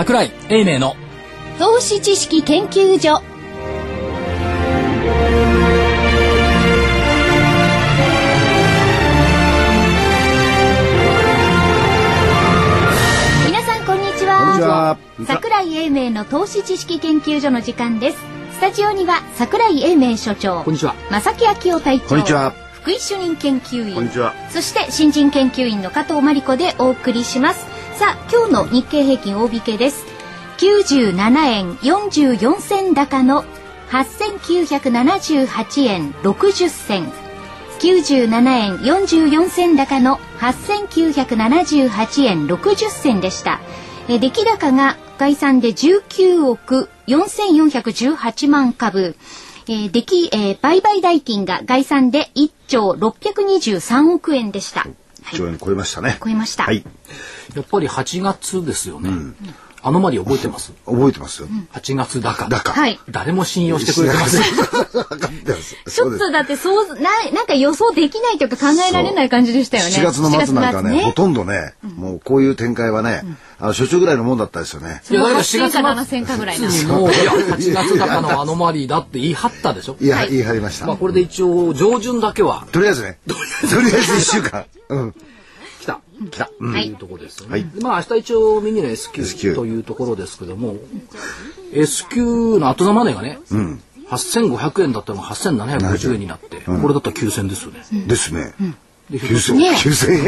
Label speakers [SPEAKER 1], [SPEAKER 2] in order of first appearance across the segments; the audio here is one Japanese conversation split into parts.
[SPEAKER 1] 櫻井英明の
[SPEAKER 2] 投資知識研究所。皆さんこんにちは。
[SPEAKER 3] こんにちは。
[SPEAKER 2] 櫻井英明の投資知識研究所の時間です。スタジオには櫻井英明所長、
[SPEAKER 1] こんにちは。
[SPEAKER 2] 正木昭夫隊長、
[SPEAKER 3] こんにちは。
[SPEAKER 2] 福井主任研究員、
[SPEAKER 3] こんにちは。
[SPEAKER 2] そして新人研究員の加藤真理子でお送りします。さあ、今日の日経平均大引けです。97円44銭高の8978円60銭、97円44銭高の8978円60銭でした。出来高が概算で19億4418万株、売買代金が概算で1兆623億円でした。
[SPEAKER 3] 1兆円超えましたね。
[SPEAKER 2] 超えました。
[SPEAKER 3] はい。
[SPEAKER 1] やっぱり8月ですよね。アノマリ覚えてます？
[SPEAKER 3] 覚えてますよ。
[SPEAKER 1] 8月高。
[SPEAKER 2] はい。
[SPEAKER 1] 誰も信用してくれてません。
[SPEAKER 2] ちょっとだってなんか予想できないというか考えられない感じでしたよね。
[SPEAKER 3] 7月の末なんかね、ほとんどね、もうこういう展開はね、所長ぐらいのもんだったですよね。
[SPEAKER 1] いや、だから
[SPEAKER 2] 8月か7銭かぐらいな。
[SPEAKER 1] もう、いや、8月高のアノマリーだって言い張ったでしょ。
[SPEAKER 3] いや、言い張りました。
[SPEAKER 1] まあ、これで一応、上旬だけは。
[SPEAKER 3] とりあえずね。とりあえず1週間。
[SPEAKER 1] 来た。というところですよね。
[SPEAKER 3] はい。
[SPEAKER 1] まあ、明日一応ミニの S q というところですけども、S q の後ざま値がね、8500円だったのが8750円になって、これだったら9000ですよね。
[SPEAKER 3] ですね。
[SPEAKER 1] 9000
[SPEAKER 3] 円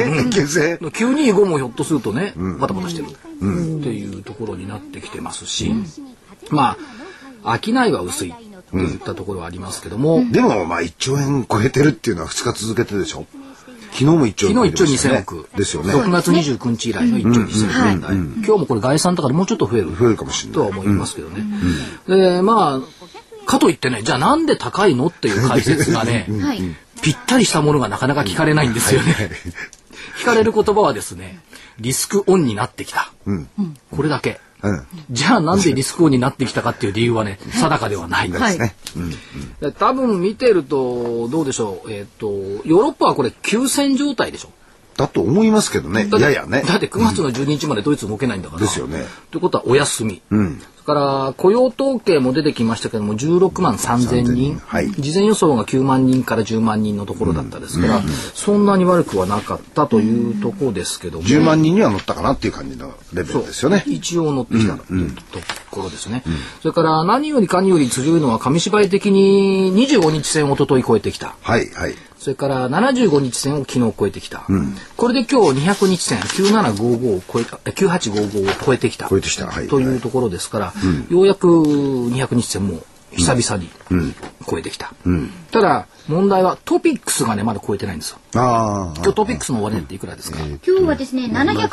[SPEAKER 3] ?9000 円
[SPEAKER 1] 925 もひょっとするとね、バタバタしてるっていうところになってきてますし、まあ、商いは薄いといったところはありますけども。
[SPEAKER 3] でも、まあ、1兆円超えてるっていうのは2日続けてでしょ。昨日も1兆円。
[SPEAKER 1] 昨日1兆2000億。
[SPEAKER 3] ですよね。
[SPEAKER 1] 6月29日以来の1兆2000億円台。今日もこれ概算だからもうちょっと増える
[SPEAKER 3] かもしれない。
[SPEAKER 1] とは思いますけどね。で、まあ、かといってね、じゃあなんで高いのっていう解説がね、ぴったりしたものがなかなか聞かれないんですよね。聞かれる言葉はですね、リスクオンになってきた。これだけ。じゃあなんでリスクオンになってきたかっていう理由はね、定かではないんですね。多分見てるとどうでしょう。ヨーロッパはこれ休戦状態でしょ。だ
[SPEAKER 3] と思いますけどね。ややね。
[SPEAKER 1] だって9月の12日までドイツ動けないんだから。
[SPEAKER 3] ですよね。
[SPEAKER 1] ということはお休み。それから雇用統計も出てきましたけども、16万3000人。事前予想が9万人から10万人のところだったですから、そんなに悪くはなかったというところですけども。
[SPEAKER 3] 10万人には乗ったかなっていう感じのレベルですよね。
[SPEAKER 1] 一応乗ってきたというところですね。それから何よりかにより強いのは紙芝居的に25日線を一昨日超えてきた。それから75日線を昨日超えてきた。これで今日200日線9755を超えた、9855を超えてきた。というところですから、ようやく200日線も久々に超えてきた。ただ問題はトピックスがねまだ超えてないんですよ。今日トピックスの終値っていくらですか？
[SPEAKER 2] 今日はですね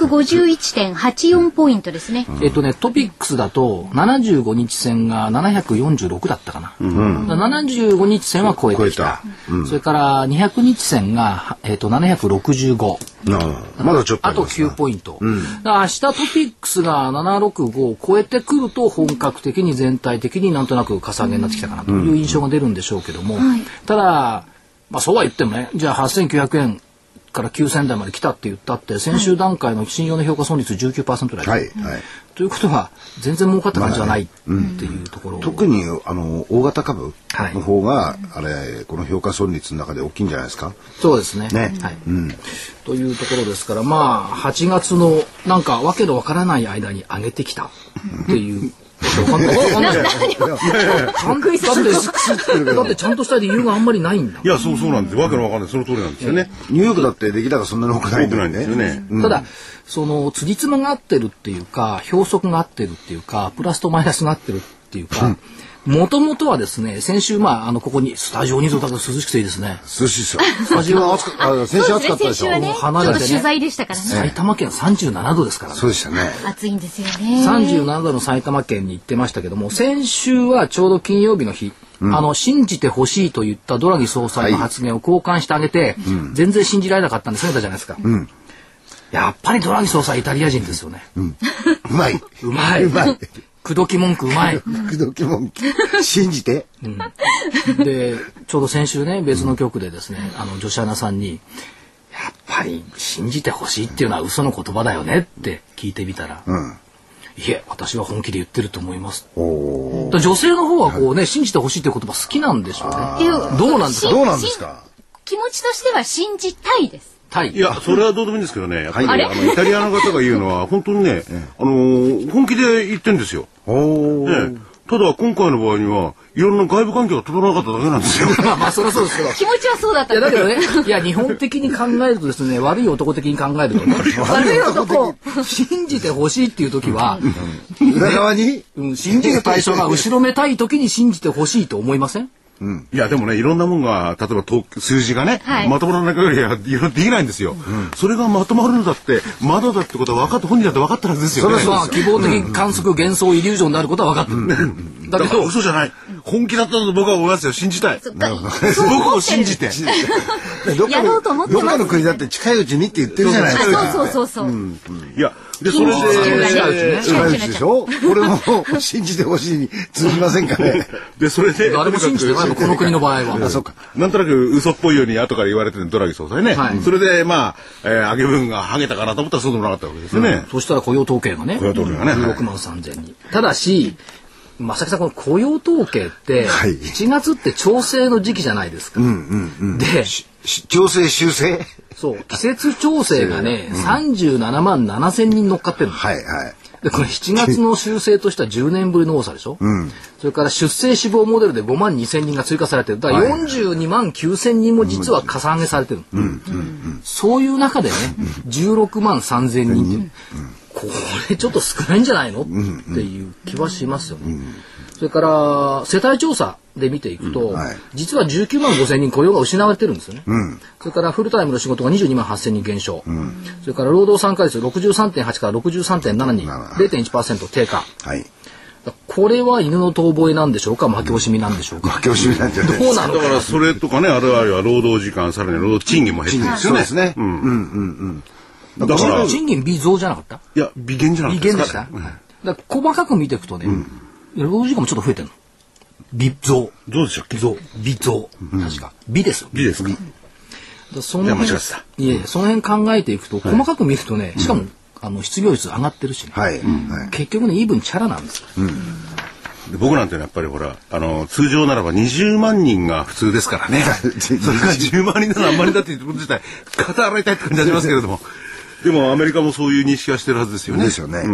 [SPEAKER 2] 751.84 ポイントですね。
[SPEAKER 1] トピックスだと75日線が746だったかな。75日線は超えてきた。それから200日線が765。
[SPEAKER 3] まだちょっと
[SPEAKER 1] あと9ポイント。明日トピックスが765を超えてくると本格的に全体的になんとなくかさ上げになってきたかなという印象が出るんでしょうけども、ただまあそうは言ってもね、じゃあ8900円から9000台まで来たって言ったって先週段階の信用の評価損率 19% 台、ということは全然儲かった感じじゃないっていうところ、
[SPEAKER 3] 特に大型株の方が、この評価損率の中で大きいんじゃないですか。
[SPEAKER 1] そうですね。というところですから、まあ8月のなんかわけのわからない間に上げてきたっていう。だってちゃんとした理由があんまりないんだ。
[SPEAKER 4] いや、そうなんです。わけのわかんない。その通りなんですよね。
[SPEAKER 3] ニューヨークだって出来高そんなに多くないんですよね。
[SPEAKER 1] ただその辻褄が合ってるっていうか、標則が合ってるっていうか、プラスとマイナスが合ってるっていうか、もともとはですね、先週ここにスタジオにいると涼しくていいですね。
[SPEAKER 3] 涼しいですよ。スタジオは先週暑かったでしょ。
[SPEAKER 1] 離れてね。
[SPEAKER 2] 取材でしたからね。
[SPEAKER 1] 埼玉県37度ですからね。
[SPEAKER 3] そうでしたね。
[SPEAKER 2] 暑いんですよね。
[SPEAKER 1] 37度の埼玉県に行ってましたけども、先週はちょうど金曜日の日、信じてほしいと言ったドラギ総裁の発言を交換してあげて、全然信じられなかったんで責めたじゃないですか。やっぱりドラギ総裁イタリア人ですよね。
[SPEAKER 3] うまい。
[SPEAKER 1] 口説き文句うまい。
[SPEAKER 3] 口説き文句。信じて。
[SPEAKER 1] で、ちょうど先週ね、別の局でですね、女子アナさんに、やっぱり信じてほしいっていうのは嘘の言葉だよねって聞いてみたら、 いえ、私は本気で言ってると思います。女性の方はこうね、信じてほしいという言葉好きなんでしょうね。どうなんですか。
[SPEAKER 3] どうなんですか。
[SPEAKER 2] 気持ちとしては信じたいです。
[SPEAKER 4] いや、それはどうでもいいんですけどね、やっぱりイタリアの方が言うのは本当にね、本気で言ってんですよ。ただ今回の場合にはいろんな外部環境が整わなかっただけなんですよ。
[SPEAKER 1] まあそりゃそうですけど。
[SPEAKER 2] 気持ちはそうだった。
[SPEAKER 1] いやだけどね、いや日本的に考えるとですね、悪い男的に考えるとね、悪い男信じてほしいっていう時は、
[SPEAKER 3] 裏側に、
[SPEAKER 1] 信じる対象が後ろめたい時に信じてほしいと思いません？
[SPEAKER 4] いやでもね、いろんなもんが例えば数字がね、まとまらない限りはいろいろできないんですよ。それがまとまるのだってまだだってことは分かって本人だって分かったはずですよね。
[SPEAKER 1] それは希望的観測幻想イリュージョンであることは分かってる。
[SPEAKER 4] だけど嘘じゃない。本気だったと僕は思いますよ。信じたい。僕を信じて。
[SPEAKER 2] やろうと思ってます。
[SPEAKER 3] どっかの国だって近いうちにって言ってるじゃないです
[SPEAKER 2] か。そう。
[SPEAKER 4] いやでそれで
[SPEAKER 3] 近いうちでしょ。これも信じてほしいに通じませんかね。
[SPEAKER 4] でそれで
[SPEAKER 1] 誰も信じてないこの国の場合は。
[SPEAKER 3] そうか。
[SPEAKER 4] なんとなく嘘っぽいように後から言われてるドラギ総裁ね。それでまあ上げ分がハゲたかなと思ったらそうでもなかったわけですよね。
[SPEAKER 1] そしたら雇用統計がね。16万3000人。ただし。正木さん、この雇用統計って、7月って調整の時期じゃないですか。で、
[SPEAKER 3] 調整修正
[SPEAKER 1] そう、季節調整がね、37万7000人乗っかってるの。で、これ7月の修正としては10年ぶりの多さでしょ。それから出生死亡モデルで5万2000人が追加されてる。だから42万9000人も実はかさ上げされてる。そういう中でね、16万3000人って。これちょっと少ないんじゃないのっていう気はしますよね。それから世帯調査で見ていくと、実は19万5000人雇用が失われてるんですよね。それからフルタイムの仕事が22万8000人減少。それから労働参加率 63.8 から 63.7 に 0.1% 低下。これは犬の遠吠えなんでしょうか、負け惜しみなんでしょうか。
[SPEAKER 3] 負け惜しみなんじゃない
[SPEAKER 4] ですか。どうなのか。だからそれとかね、あるいは労働時間、さらに労働賃金も減ってるんですよね。
[SPEAKER 3] そうですね。
[SPEAKER 1] だから賃金微増じゃなかった？
[SPEAKER 4] いや微減じゃなかった
[SPEAKER 1] ですか。微減でした。だから細かく見ていくとね、労働時間もちょっと増えてるの。微増。
[SPEAKER 4] どうでしたっけ？
[SPEAKER 1] 微増。確か。微ですよ。
[SPEAKER 4] 微ですか。
[SPEAKER 1] その辺その辺考えていくと細かく見るとね、しかも失業率上がってるしね。結局ね、イーブンチャラなんですよ。
[SPEAKER 4] 僕なんてやっぱりほら通常ならば20万人が普通ですからね。それが10万人なら何万人だって言ってこと自体肩洗いたいって感じがしますけれども、でもアメリカもそういう認識はしてるはずですよね。
[SPEAKER 3] ですよね。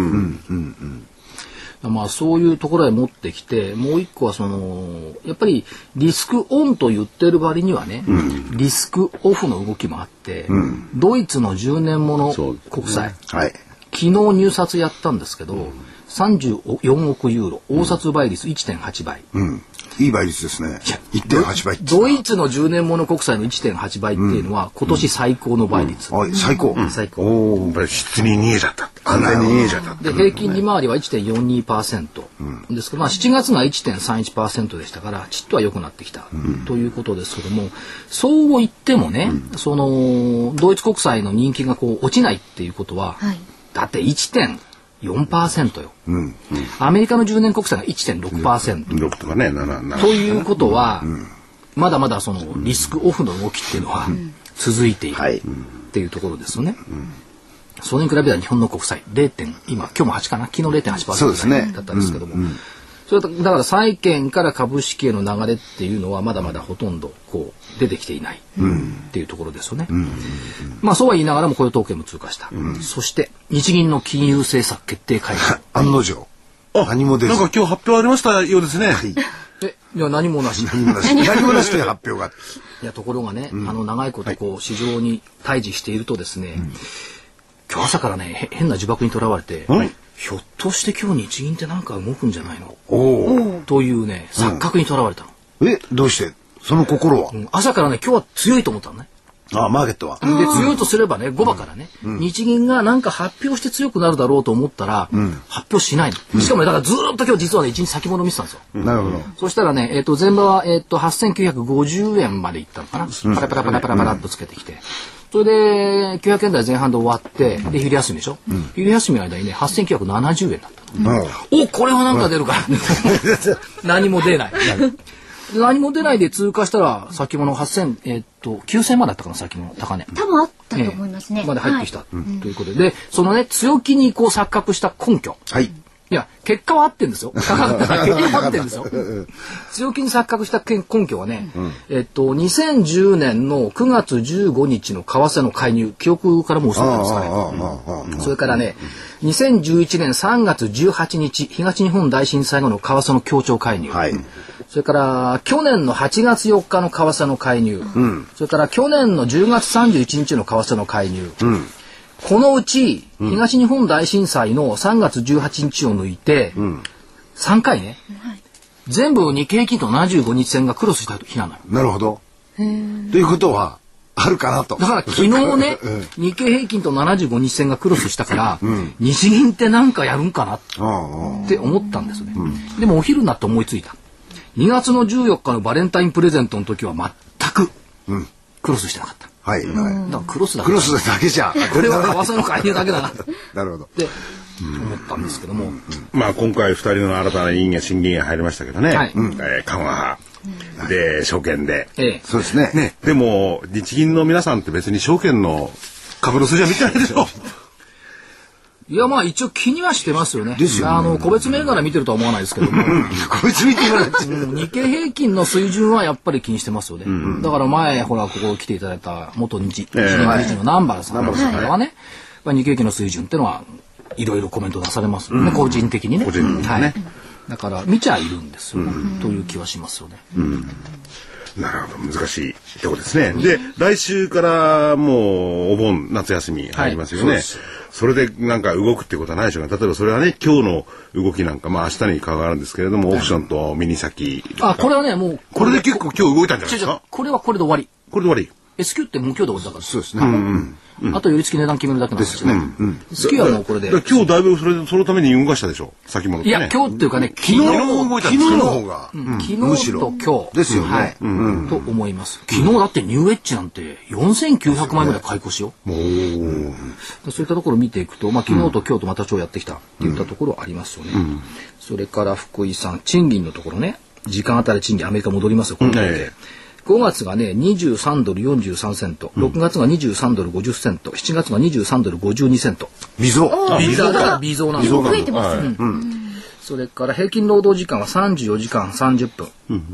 [SPEAKER 1] まあそういうところへ持ってきて、もう一個はやっぱりリスクオンと言ってる割にはね、リスクオフの動きもあって、ドイツの10年もの国債、昨日入札やったんですけど、34億ユーロ、大札倍率 1.8 倍。
[SPEAKER 3] いい倍率ですね。1.8 倍。
[SPEAKER 1] ドイツの10年もの国債の 1.8 倍っていうのは今年最高の倍率。
[SPEAKER 3] 最高。
[SPEAKER 1] 最高。
[SPEAKER 4] やっぱり質に逃げちゃった。安全に逃げちゃった。
[SPEAKER 1] で、平均利回りは 1.42%。ですから、7月が 1.31% でしたから、ちっとは良くなってきたということですけども、そう言ってもね、ドイツ国債の人気が落ちないっていうことは、だって 1.4% よ。アメリカの10年国債が 1.6%。
[SPEAKER 4] 6とかね、7。
[SPEAKER 1] ということは、まだまだリスクオフの動きっていうのは続いているっていうところですよね。それに比べたら日本の国債今日も8かな、昨日 0.8% だったんですけども、それだから債券から株式への流れっていうのはまだまだほとんど出てきていないっていうところですよね。まあそうは言いながらも雇用統計も通過した。そして日銀の金融政策決定会合
[SPEAKER 3] 案の定何も出ず。
[SPEAKER 4] なんか今日発表ありましたようですね。
[SPEAKER 1] いや何もなし。
[SPEAKER 3] 何もなしという発表が。
[SPEAKER 1] いやところがね、長いこと市場に対峙しているとですね、今日朝からね変な呪縛にとらわれて、ひょっとして今日日銀ってなんか動くんじゃないのというね錯覚にとらわれたの。
[SPEAKER 3] どうしてその心は？
[SPEAKER 1] 朝からね今日は強いと思ったのね。
[SPEAKER 3] マーケットは。
[SPEAKER 1] で強いとすればね5場からね、日銀がなんか発表して強くなるだろうと思ったら、発表しないの。しかもねだからずっと今日実はね1日先物見てたんですよ。
[SPEAKER 3] なるほど。
[SPEAKER 1] そしたらね前場は8950円までいったのかな。パラパラパラパラパラっとつけてきて。それで900円台前半で終わってで昼休みでしょ、昼休みの間にね8970円だったの、これはなんか出るから何も出ない何も出ないで通過したら先物9000万だったかな、先物高値
[SPEAKER 2] 多分あったと思いますね、
[SPEAKER 1] まで入ってきた、ということで、そのね強気に錯覚した根拠、 いや、結果は合ってんですよ。結果は合ってんですよ。強気に錯覚した根拠はね、2010年の9月15日の為替の介入、記憶からもうそうなんですかね。それからね、2011年3月18日、東日本大震災後の為替の協調介入。はい、それから去年の8月4日の為替の介入。それから去年の10月31日の為替の介入。このうち、東日本大震災の3月18日を抜いて、3回ね、全部日経平均と75日線がクロスした日なのよ。
[SPEAKER 3] なるほど。ということは、あるかなと。
[SPEAKER 1] だから昨日ね、日経平均と75日線がクロスしたから、日銀ってなんかやるんかなって思ったんですね。でもお昼になって思いついた。2月の14日のバレンタインプレゼントの時は全くクロスしてなかった。
[SPEAKER 3] はい。だから
[SPEAKER 1] クロスだ
[SPEAKER 3] けじゃ。
[SPEAKER 1] これは為替の介入だけだな。
[SPEAKER 3] なるほど。
[SPEAKER 1] で、思ったんですけども。
[SPEAKER 4] まあ今回2人の新たな審議が入りましたけどね。はい、緩和派。で、証券で。
[SPEAKER 3] そうですね。
[SPEAKER 4] でも、日銀の皆さんって別に証券の株の数字は見てないでしょ。
[SPEAKER 1] いや、まあ一応気にはしてますよね。個別銘柄見てるとは思わないですけども。
[SPEAKER 3] 個別見てもらって
[SPEAKER 1] 日経平均の水準はやっぱり気にしてますよね。だから前、ほら、ここ来ていただいた元日銀理事の南原さんはね、日経平均の水準っていうのはいろいろコメント出されますよね。個人的にね。はい。だから見ちゃいるんですよ、という気はしますよね。
[SPEAKER 4] なるほど、難しいところですね。で、来週からもうお盆、夏休み入りますよね。それでなんか動くってことはないでしょうか。例えばそれはね、今日の動きなんか、まあ明日に関わるんですけれども、オプションとミニ先。
[SPEAKER 1] これはね、もう。
[SPEAKER 4] これで結構今日動いたんじゃないですか。
[SPEAKER 1] これはこれで終わり。
[SPEAKER 4] これで終わり。
[SPEAKER 1] S q ってもう今日で終わりだから。
[SPEAKER 3] そうですね。
[SPEAKER 1] あと寄り付き値段決めるだけなんですよね。S q はもうこれで。
[SPEAKER 4] 今日だいぶそのために動かしたでしょ。先物。
[SPEAKER 1] いや、今日っていうかね、
[SPEAKER 3] 昨日動いたんですよ。昨日の方が。
[SPEAKER 1] 昨日と今日。
[SPEAKER 3] ですよね。
[SPEAKER 1] と思います。昨日だってニューエッジなんて4900万円ぐらい買い越しよ。そういったところを見ていくと、昨日と今日とまた超やってきたっていったところありますよね。それから福井さん、賃金のところね、時間あたり賃金アメリカ戻りますよ、この統計。5月がね、23ドル43セント、6月が23ドル50セント、7月が23ドル52セント。
[SPEAKER 3] 微増
[SPEAKER 1] なんですよ。
[SPEAKER 2] 増えてます。
[SPEAKER 1] それから平均労働時間は34時間30分。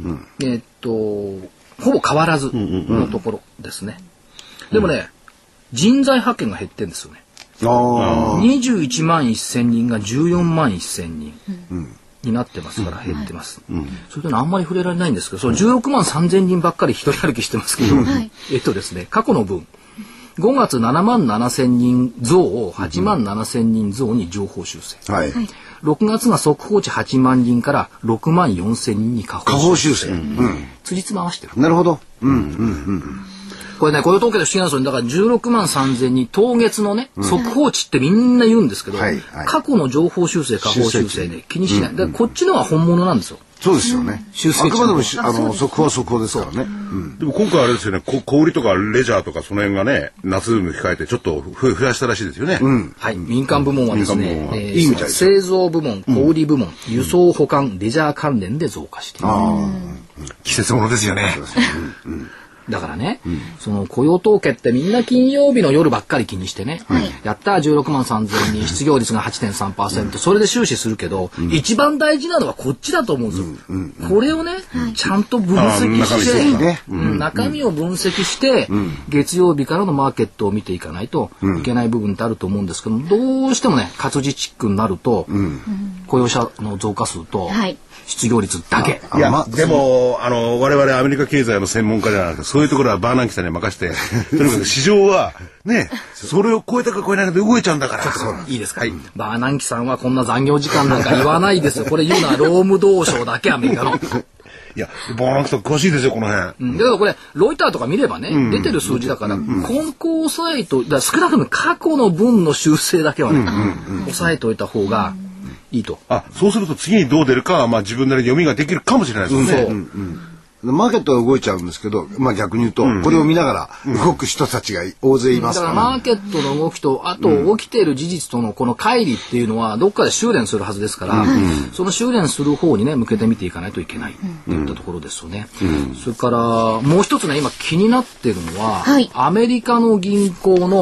[SPEAKER 1] ほぼ変わらずのところですね。でもね、人材派遣が減ってるんですよね。21万1000人が14万1000人。になってますから減ってます。それとあんまり触れられないんですけど、その16万3000人ばっかり一人歩きしてますけど、ですね、過去の分、5月7万7000人増を8万7000人増に上方修正。6月が速報値8万人から6万4000人に下方修正。つじつま合わせてる。
[SPEAKER 3] なるほど。
[SPEAKER 1] これね、雇用統計で不思議なんですよね。だから16万3000人、当月のね、速報値ってみんな言うんですけど、過去の情報修正、下方修正で気にしない。だからこっちのは本物なんですよ。
[SPEAKER 3] そうですよね。
[SPEAKER 1] 修正
[SPEAKER 3] あくまでも速報は速報ですからね。
[SPEAKER 4] でも今回あれですよね、小売とかレジャーとかその辺がね、夏に控えてちょっと増やしたらしいですよね。
[SPEAKER 1] はい。民間部門はですね、製造部門、小売部門、輸送保管、レジャー関連で増加している。
[SPEAKER 4] 季節物ですよね。
[SPEAKER 1] だからね、その雇用統計ってみんな金曜日の夜ばっかり気にしてね、やったー16万3000人、失業率が 8.3%、それで終始するけど、一番大事なのはこっちだと思うんですよ。これをね、ちゃんと分析して、中身を分析して、月曜日からのマーケットを見ていかないといけない部分ってあると思うんですけども、どうしてもね、活字チックになると、雇用者の増加数と、失業率だけ。
[SPEAKER 4] いや、でも、我々アメリカ経済の専門家じゃなくて、そういうところはバーナンキさんに任せて、とにかく市場は、ね、それを超えたか超えないかで動いちゃうんだから。
[SPEAKER 1] いいですか、バーナンキさんはこんな残業時間なんか言わないですよ。これ言うのは労務同省だけ、アメリカの。
[SPEAKER 4] いや、バーナンキさん詳しいですよ、この辺。
[SPEAKER 1] だからこれ、ロイターとか見ればね、出てる数字だから、根高を抑えと、少なくとも過去の分の修正だけはね、抑えておいた方が、いいと。
[SPEAKER 4] そうすると次にどう出るかは、自分なりに読みができるかもしれないですね。
[SPEAKER 3] マーケットは動いちゃうんですけど、逆に言うと、これを見ながら動く人たちが大勢いますから。
[SPEAKER 1] だからマーケットの動きと、あと起きている事実とのこの乖離っていうのは、どっかで修練するはずですから、その修練する方にね、向けて見ていかないといけないといったところですよね。それから、もう一つね、今気になってるのは、アメリカの銀行の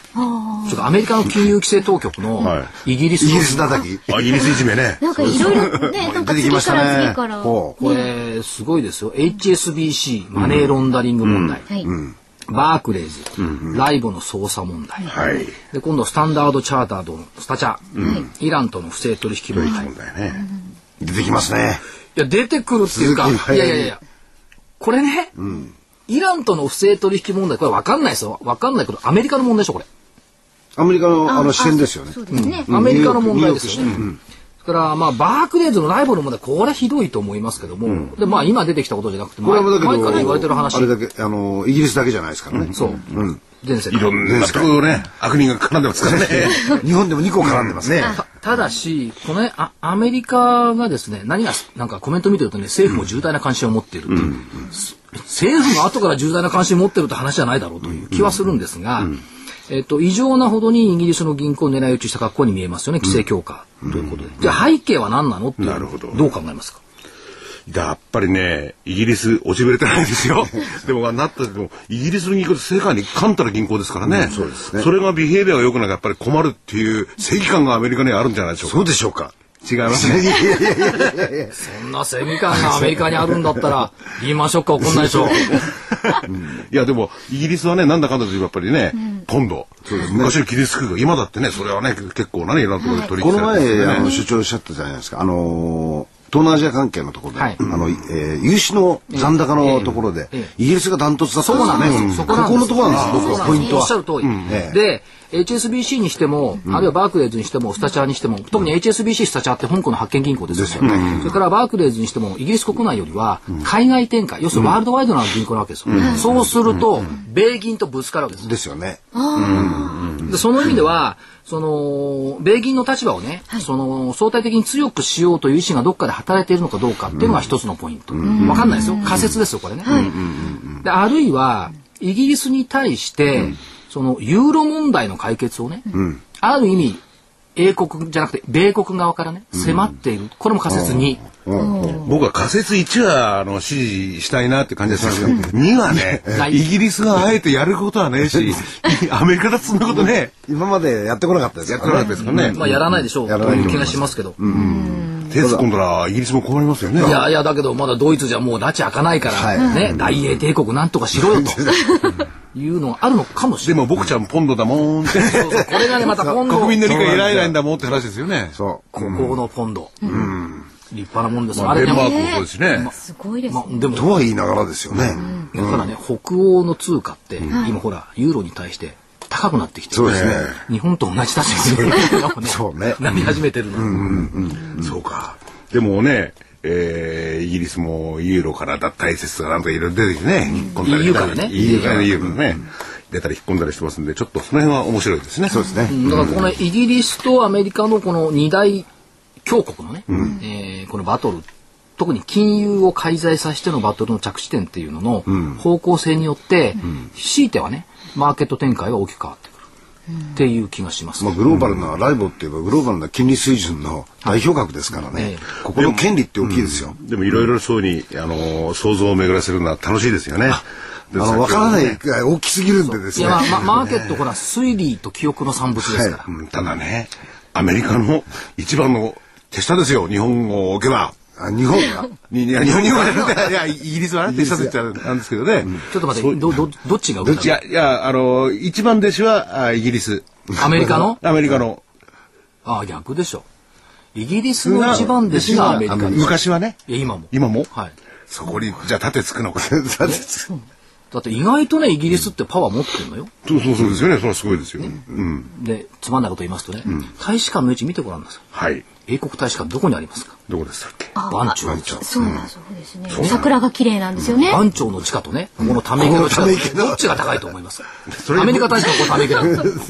[SPEAKER 1] ちょっとアメリカの金融規制当局のイギリス
[SPEAKER 3] 叩き。
[SPEAKER 4] イギリスいじめね。
[SPEAKER 2] なんかいろいろね、なんか次から次から。
[SPEAKER 1] これすごいですよ。HSBC マネーロンダリング問題。バークレーズ、ライボの捜査問題。で今度スタンダードチャータードのスタチャ、イランとの不正取引問題。
[SPEAKER 3] 出てきますね。
[SPEAKER 1] いや出てくるっていうか、いやこれね、イランとの不正取引問題これ分かんないですよ。分かんないけどアメリカの問題でしょこれ。
[SPEAKER 3] アメリカの視点ですよね。
[SPEAKER 1] アメリカの問題ですよね。それからバークレーズのライバルの問題これはひどいと思いますけども、で今出てきたことじゃなくて
[SPEAKER 3] これはだけど
[SPEAKER 1] 前から言われてる話。
[SPEAKER 3] あれだけイギリスだけじゃないですからね。
[SPEAKER 1] そう。全世界
[SPEAKER 4] いろんなところね悪人が絡んでますからね。
[SPEAKER 3] 日本でも2個絡んでますね。
[SPEAKER 1] ただしこのねアメリカがですねなんかコメント見てるとね政府も重大な関心を持っているっていう、政府が後から重大な関心を持ってるって話じゃないだろうという気はするんですが。異常なほどにイギリスの銀行を狙い撃ちした格好に見えますよね。規制強化ということで。じゃあ背景は何なのっていうどう考えますか。
[SPEAKER 4] やっぱりねイギリス落ちぶれてないですよ。でもなったけどイギリスの銀行って世界に冠たる銀行ですからね。そうですね。それがビヘイビアが良くないからやっぱり困るっていう正義感がアメリカにはあるんじゃないでしょうか。
[SPEAKER 3] そうでしょうか。
[SPEAKER 4] 違いますね。
[SPEAKER 1] そんな正義感がアメリカにあるんだったら言いましょうか。怒んないでしょう。
[SPEAKER 4] いやでもイギリスはねなんだかんだとやっぱりね、ポンド昔のキリスト教今だってねそれはね結構なねいろんなところで取引されてる、
[SPEAKER 3] この前主張しちゃったじゃないですか。東南アジア関係のところで、融資の残高のところで、イギリスがダントツだったんですよね。そこのところなんです僕はポイントは。
[SPEAKER 1] おっしゃる通り。で HSBC にしても、あるいはバークレーズにしてもスタチャーにしても、特に HSBC スタチャーって香港の発展銀行ですよね。それからバークレーズにしてもイギリス国内よりは海外展開、要するにワールドワイドな銀行なわけですよ。そうすると米銀とぶつかるわけです。
[SPEAKER 3] ですよね。
[SPEAKER 1] でその意味では米銀の立場をね、相対的に強くしようという意思がどっかで働いているのかどうかっていうのが一つのポイント。わかんないですよ。仮説ですよこれね。であるいはイギリスに対してユーロ問題の解決をね、ある意味英国じゃなくて米国側からね迫っている。これも仮説2。
[SPEAKER 4] 僕は仮説1は支持したいなって感じがしますけど2はねイギリスがあえてやることはねえしアメリカだってそんなことね
[SPEAKER 3] 今までやってこなかったですから
[SPEAKER 1] ね。やらないでしょうという気がしますけど。
[SPEAKER 4] 手突っ込んだらイギリスも困りますよね。
[SPEAKER 1] いやだけどまだドイツじゃもう拉致開かないからね、大英帝国なんとかしろよというのがあるのかもしれない。
[SPEAKER 4] でも僕ちゃんポンドだもんって。
[SPEAKER 1] これがねまたポンド
[SPEAKER 4] 国民の理解得られないんだもんって話ですよね。
[SPEAKER 3] こ
[SPEAKER 1] このポンド。立派なもんです。
[SPEAKER 4] デンマークもそうですしね。
[SPEAKER 2] すごいですね。
[SPEAKER 3] でもとは言いながらですよね。
[SPEAKER 1] だからね北欧の通貨って今ほらユーロに対して高くなってきてる。日本と同じ立場になり始めてるの。
[SPEAKER 4] そうか。でもねイギリスもユーロから脱退説がなんかいろいろ出てきてね。
[SPEAKER 1] EU からね。
[SPEAKER 4] EU からね。出たり引っ込んだりしてますんでちょっとその辺は面白いですね。
[SPEAKER 3] そうですね。
[SPEAKER 1] だからこのイギリスとアメリカのこの2大強国のね、このバトル特に金融を介在させてのバトルの着地点っていうのの方向性によって、強いてはねマーケット展開が大きく変わってくるっていう気がします。
[SPEAKER 3] グローバルなライボって言えばグローバルな金利水準の代表格ですからね。ここの権利って大きいですよ。
[SPEAKER 4] でもいろいろそうに想像を巡らせるのは楽しいですよね。
[SPEAKER 3] わからないくらい大きすぎるんでですね。
[SPEAKER 1] マーケットほら推理と記憶の産物ですから。
[SPEAKER 4] ただねアメリカの一番の手下ですよ。日本を置けば。
[SPEAKER 3] 日本が
[SPEAKER 4] 日本いやイギリスはね手下と言っちゃなんですけどね。
[SPEAKER 1] ちょっと待ってどっちが
[SPEAKER 4] いや一番弟子はイギリス。
[SPEAKER 1] アメリカの
[SPEAKER 4] 逆
[SPEAKER 1] でしょ。イギリスの一番弟子がアメリカです。
[SPEAKER 4] 昔はね。
[SPEAKER 1] 今も
[SPEAKER 4] はいそこにじゃあ盾つくのか。
[SPEAKER 1] だって意外とねイギリスってパワー持ってるのよ。
[SPEAKER 4] そうですよね。それはすごいですよ。
[SPEAKER 1] でつまんないこと言いますとね、大使館の位置見てごらんなさい。
[SPEAKER 4] はい。
[SPEAKER 1] 英国大使館どこにありますか。
[SPEAKER 4] どこでしたっけ。
[SPEAKER 2] 番町。そうですね。桜が綺麗なんですよね。
[SPEAKER 1] 番町の地下とねこのため池の地下どっちが高いと思いますか。アメリカ大使館このため池なんです。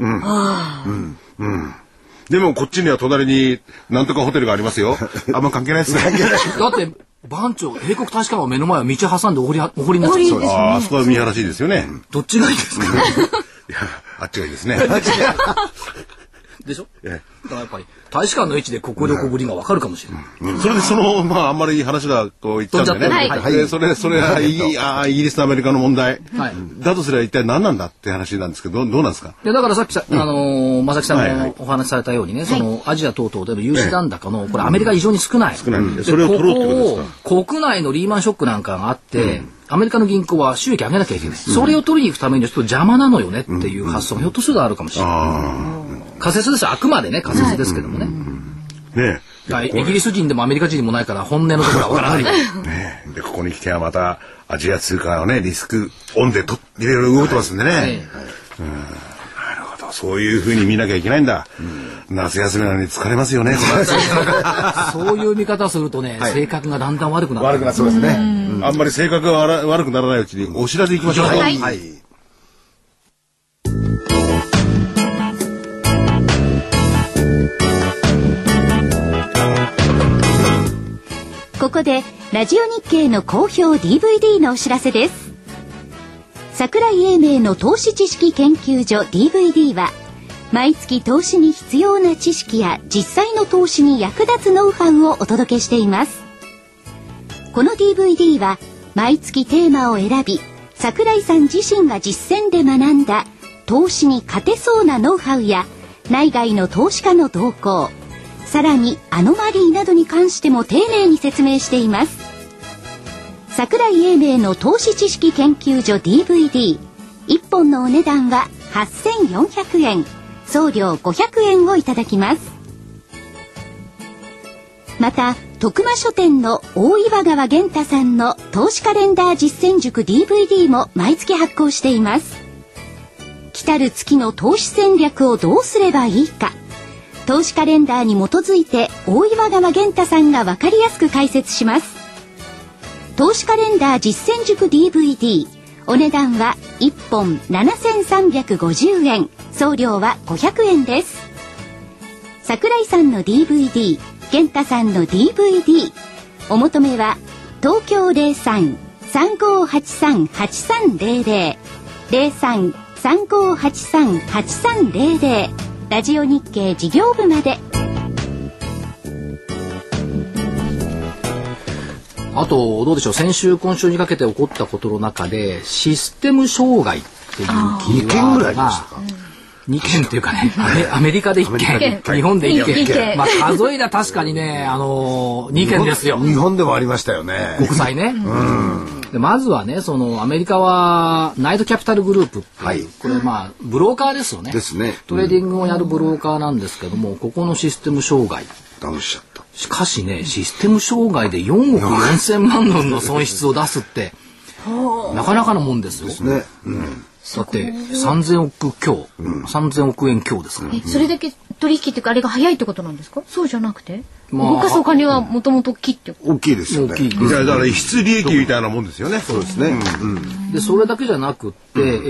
[SPEAKER 4] でもこっちには隣になんとかホテルがありますよ。あんま関係ないですね。
[SPEAKER 1] だって番町英国大使館は目の前は道挟んでお堀になっちゃう。
[SPEAKER 4] あそこは見晴らしいですよね。
[SPEAKER 1] どっちがいいですか。
[SPEAKER 4] いやあっちがいいですね。
[SPEAKER 1] でしょ。だからやっぱり大使館の位置で国力ぶりがわかるかもしれない。
[SPEAKER 4] それであんまりいい話がこう言っちゃうんだよね。それはイギリスとアメリカの問題。だとすれば一体何なんだって話なんですけど、どうなんですか。
[SPEAKER 1] だからさっき正木さんもお話しされたようにね、そのアジア等々での融資残高のこれアメリカ異常に少ない。
[SPEAKER 4] それを取ろうってことです
[SPEAKER 1] か。国内のリーマンショックなんかがあって。アメリカの銀行は収益上げなきゃいけない。それを取りに行くためにちょっと邪魔なのよねっていう発想がひょっとするとあるかもしれない。仮説ですよ。あくまでね仮説ですけどもね。イギリス人でもアメリカ人でもないから本音のところはわからない。
[SPEAKER 4] でここに来てはまたアジア通貨をねリスクオンでいろいろ動いてますんでね。なるほど。そういうふうに見なきゃいけないんだ。夏休みなのに疲れますよね。
[SPEAKER 1] そういう見方をするとね、性格がだんだん悪くなって。
[SPEAKER 3] 悪くなってますね。
[SPEAKER 4] あんまり性格が悪くならないうちにお知らせいきましょう。
[SPEAKER 2] ここでラジオ日経の好評 DVD のお知らせです。桜井英明の投資知識研究所 DVD は毎月投資に必要な知識や実際の投資に役立つノウハウをお届けしています。この DVD は毎月テーマを選び、桜井さん自身が実践で学んだ投資に勝てそうなノウハウや内外の投資家の動向、さらにアノマリーなどに関しても丁寧に説明しています。桜井英明の投資知識研究所 DVD1 本のお値段は8400円、送料500円をいただきます。また徳間書店の大岩川源太さんの投資カレンダー実践塾 DVD も毎月発行しています。来たる月の投資戦略をどうすればいいか、投資カレンダーに基づいて大岩川源太さんが分かりやすく解説します。投資カレンダー実践塾 DVD、お値段は1本7350円、送料は500円です。桜井さんの DVD、源太さんの DVD、お求めは東京03-3583-8300 03-3583-8300、ラジオ日経事業部まで。
[SPEAKER 1] あとどうでしょう、先週今週にかけて起こったことの中でシステム障害っていうキーワードが2件っていうかね、アメリカで1件、日本で1件、まあ数えりゃ確かにね、2件ですよ。
[SPEAKER 3] 日本でもありましたよね。
[SPEAKER 1] 国際ね。でまずはね、そのアメリカはナイトキャピタルグループっていう、これまあブローカーですよね。
[SPEAKER 3] ですね。
[SPEAKER 1] トレーディングをやるブローカーなんですけども、ここのシステム障害。
[SPEAKER 3] ダウンしちゃった。
[SPEAKER 1] しかしね、システム障害で4億4000万ドルの損失を出すってなかなかのもんですよ。
[SPEAKER 3] ですね。
[SPEAKER 1] だって3000億強、3000億円強ですから。
[SPEAKER 2] それだけ取引っていうかあれが早いってことなんですか？そうじゃなくて、動かすお金はもともと大きいって
[SPEAKER 3] 大きいですよね。
[SPEAKER 1] 大きい。
[SPEAKER 4] だから質利益みたいなもんですよね。
[SPEAKER 3] そうですね。
[SPEAKER 1] でそれだけじゃなくって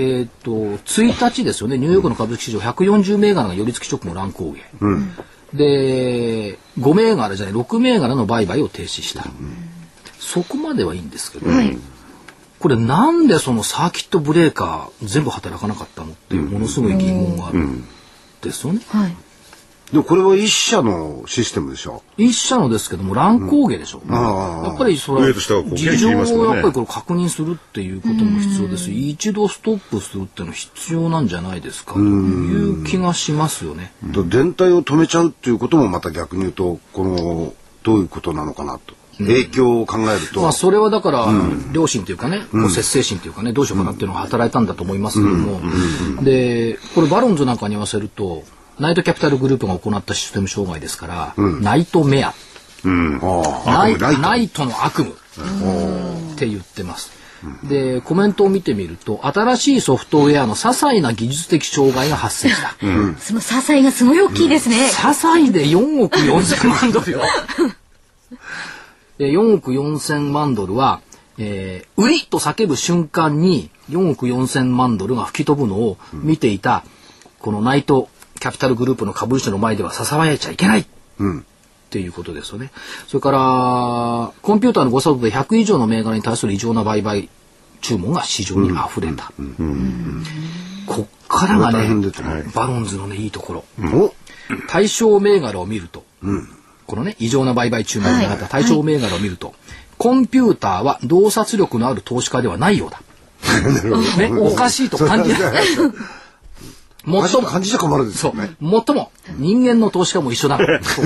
[SPEAKER 1] 、1日ですよね、ニューヨークの株式市場140銘柄が寄り付き直後乱高下。で5銘柄じゃない6銘柄の売買を停止した。そこまではいいんですけど、これなんでそのサーキットブレーカー全部働かなかったのっていうものすごい疑問があるんですよね。
[SPEAKER 3] でこれは一社のシステムでしょ。
[SPEAKER 1] 一社のですけども乱高下でしょ。やっぱりそれは事情をやっぱりこれ確認するっていうことも必要ですし、一度ストップするっていうのは必要なんじゃないですかという気がしますよね。
[SPEAKER 3] 全体を止めちゃうっていうこともまた逆に言うとこのどういうことなのかなと。影響を考えると、
[SPEAKER 1] まあそれはだから良心というかね、節制心というかね、どうしようかなっていうのが働いたんだと思いますけども、でこれバロンズなんかに言わせるとナイトキャピタルグループが行ったシステム障害ですから、ナイトメア、ナイトの悪夢って言ってます。でコメントを見てみると、新しいソフトウェアの些細な技術的障害が発生した。
[SPEAKER 2] その些細がすごい大きいですね。
[SPEAKER 1] 些細で4億4000万ドルよ。4億4000万ドルは、売りと叫ぶ瞬間に4億4000万ドルが吹き飛ぶのを見ていたこのナイトキャピタルグループの株主の前ではさやいちゃいけないっていうことですよね。それからコンピューターの誤作動で100以上の銘柄に対する異常な売買注文が市場に溢れた。こっからがね、バロンズのねいいところ。 対象銘柄を見ると、このね異常な売買注文になった対象銘柄を見ると、コンピューターは洞察力のある投資家ではないようだ。ね、おかしいと感じない。
[SPEAKER 3] もっとも感じちゃ困るですよね。
[SPEAKER 1] もっとも人間の投資家も一緒だ。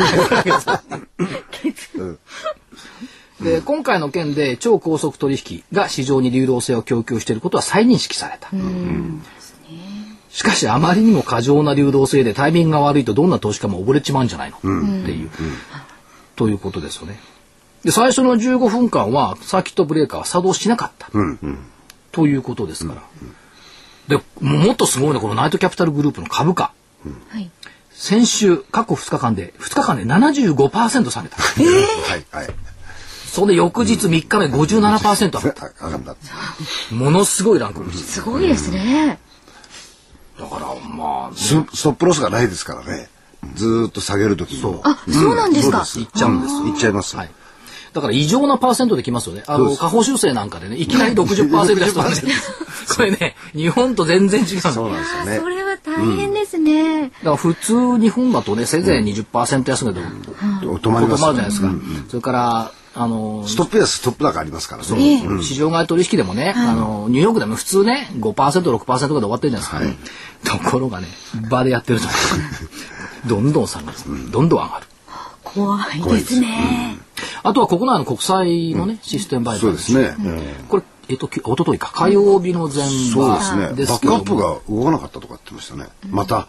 [SPEAKER 1] で今回の件で超高速取引が市場に流動性を供給していることは再認識された。しかしあまりにも過剰な流動性でタイミングが悪いとどんな投資家も溺れちまうんじゃないの、っていう、ということですよね。で最初の15分間はサーキットブレーカーは作動しなかった、ということですから、でもっとすごいのはこのナイトキャピタルグループの株価、先週過去2日間で75% 下げた。それで翌日3日目57% 上がった。ものすごいランク。
[SPEAKER 2] すごいですね。
[SPEAKER 1] だからまあ、
[SPEAKER 3] ストップロスがないですからね。ずーっと下げるとき
[SPEAKER 2] そう。あ、そうなんですか。
[SPEAKER 1] いっちゃうんです。
[SPEAKER 3] いっちゃいます。
[SPEAKER 1] はい。だから異常なパーセントできますよね。下方修正なんかでね、いきなり 60% 出すとかね。これね、日本と全然違う。
[SPEAKER 3] そうなんですよね。
[SPEAKER 2] それは大変ですね。
[SPEAKER 1] だから普通日本だとね、せいぜい 20% 安値で
[SPEAKER 3] 止まるじゃ
[SPEAKER 1] ないですか。それから
[SPEAKER 3] ストップ安ストップ高ありますからね。
[SPEAKER 1] 市場外取引でもね、ニューヨークでも普通ね 5%、6% で終わってるじゃないですか。ところがね、場でやってるとどんどん下がる、どんどん上がる。
[SPEAKER 2] 怖いですね。
[SPEAKER 1] あとは国内の国債のね、システム売買。
[SPEAKER 3] そうですね。
[SPEAKER 1] これ一昨日か火曜日の前場ですけど、
[SPEAKER 3] バックアップが動かなかったとか言ってましたね。また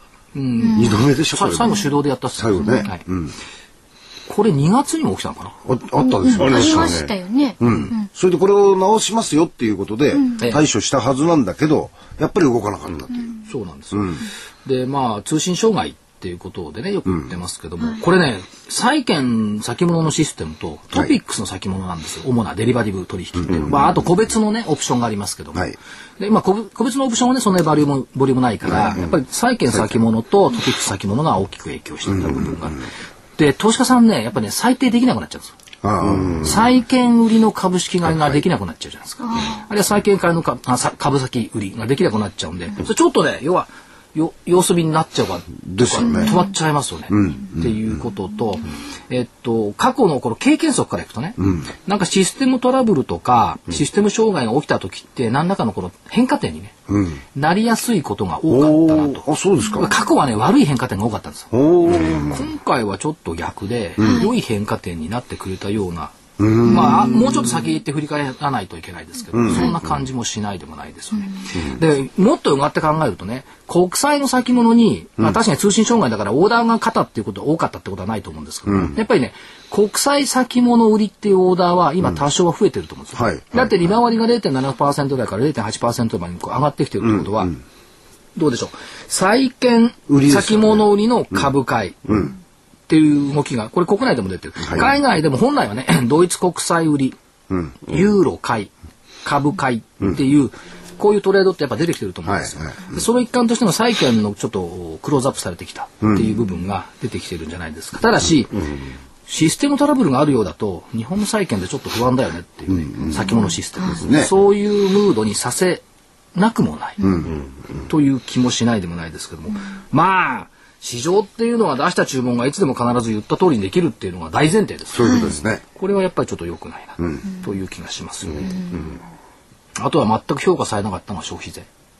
[SPEAKER 3] 2度目でしょ。
[SPEAKER 1] 最後手動でやったっす。
[SPEAKER 3] 最後ね。
[SPEAKER 1] これ2月にも起きたのかな。
[SPEAKER 3] あったですよね。
[SPEAKER 2] ありましたよね。
[SPEAKER 3] それでこれを直しますよっていうことで対処したはずなんだけど、やっぱり動かなかったっていう。
[SPEAKER 1] そうなんですよ。でまあ通信障害っていうことでねよく言ってますけども、これね債券先物のシステムとトピックスの先物なんですよ。主なデリバティブ取引って、あと個別のねオプションがありますけども、で個別のオプションはねそんなにボリュームないから、やっぱり債券先物とトピックス先物が大きく影響していた部分がある。で投資家さんねやっぱりね裁定できなくなっちゃうんですよ。債券売りの株式買いができなくなっちゃうじゃないですか。あるいは債券買いの株先売りができなくなっちゃうんで、それちょっとね要は様子見になっちゃうか止まっちゃいますよね、っていうことと、過去のこの経験則からいくとね、なんかシステムトラブルとかシステム障害が起きた時って何らかのこの変化点にね、なりやすいことが多かったなと。
[SPEAKER 3] あ、そうですか。
[SPEAKER 1] 過去はね悪い変化点が多かったんですよ。今回はちょっと逆で、良い変化点になってくれたような、まあもうちょっと先行って振り返らないといけないですけど、そんな感じもしないでもないですよね。でもっとうがって考えるとね、国債の先物に、確かに通信障害だからオーダーが勝ったっていうことは多かったってことはないと思うんですけど、やっぱりね国債先物売りっていうオーダーは今多少は増えてると思うんですよ。だって利回りが 0.7% ぐらいから 0.8% までにこう上がってきてるってことは、どうでしょう、債券先物売りの株買い、っていう動きがこれ国内でも出てる、海外でも本来はねドイツ国債売り、ユーロ買い株買いっていう、こういうトレードってやっぱ出てきてると思うんですよ。その一環としての債券のちょっとクローズアップされてきたっていう部分が出てきてるんじゃないですか。ただし、システムトラブルがあるようだと日本の債券でちょっと不安だよねっていうね、先物システムですね。そういうムードにさせなくもない、という気もしないでもないですけども、まあ市場っていうのは出した注文がいつでも必ず言った通りにできるっていうのが大前提です。
[SPEAKER 3] そういうことですね。
[SPEAKER 1] これはやっぱりちょっと良くないな、という気がしますよね。あとは全く評価されなかったのは消費税。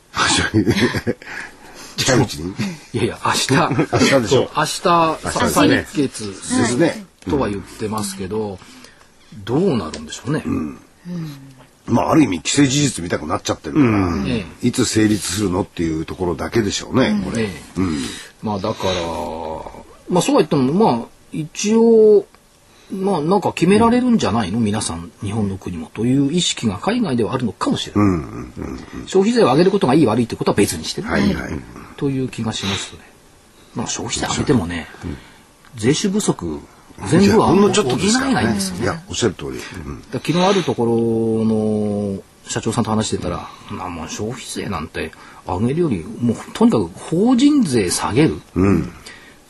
[SPEAKER 3] 近いうちに？
[SPEAKER 1] いやいや明日
[SPEAKER 3] でしょ。
[SPEAKER 1] 明日採決ですね、とは言ってますけど、どうなるんでしょうね。
[SPEAKER 3] まあある意味既成事実みたくなっちゃってるから、いつ成立するのっていうところだけでしょうね、これ。ま
[SPEAKER 1] あだからまあそうは言ってもまあ一応まあなんか決められるんじゃないの、皆さん日本の国もという意識が海外ではあるのかもしれない。消費税を上げることがいい悪いってことは別にしてる、という気がしますね。まあ消費税上げてもね、税収不足全部は補えないんですよね。
[SPEAKER 3] いやおっしゃる通り。
[SPEAKER 1] 昨日あるところの社長さんと話してたら、もう消費税なんて上げるよりもうとにかく法人税下げる、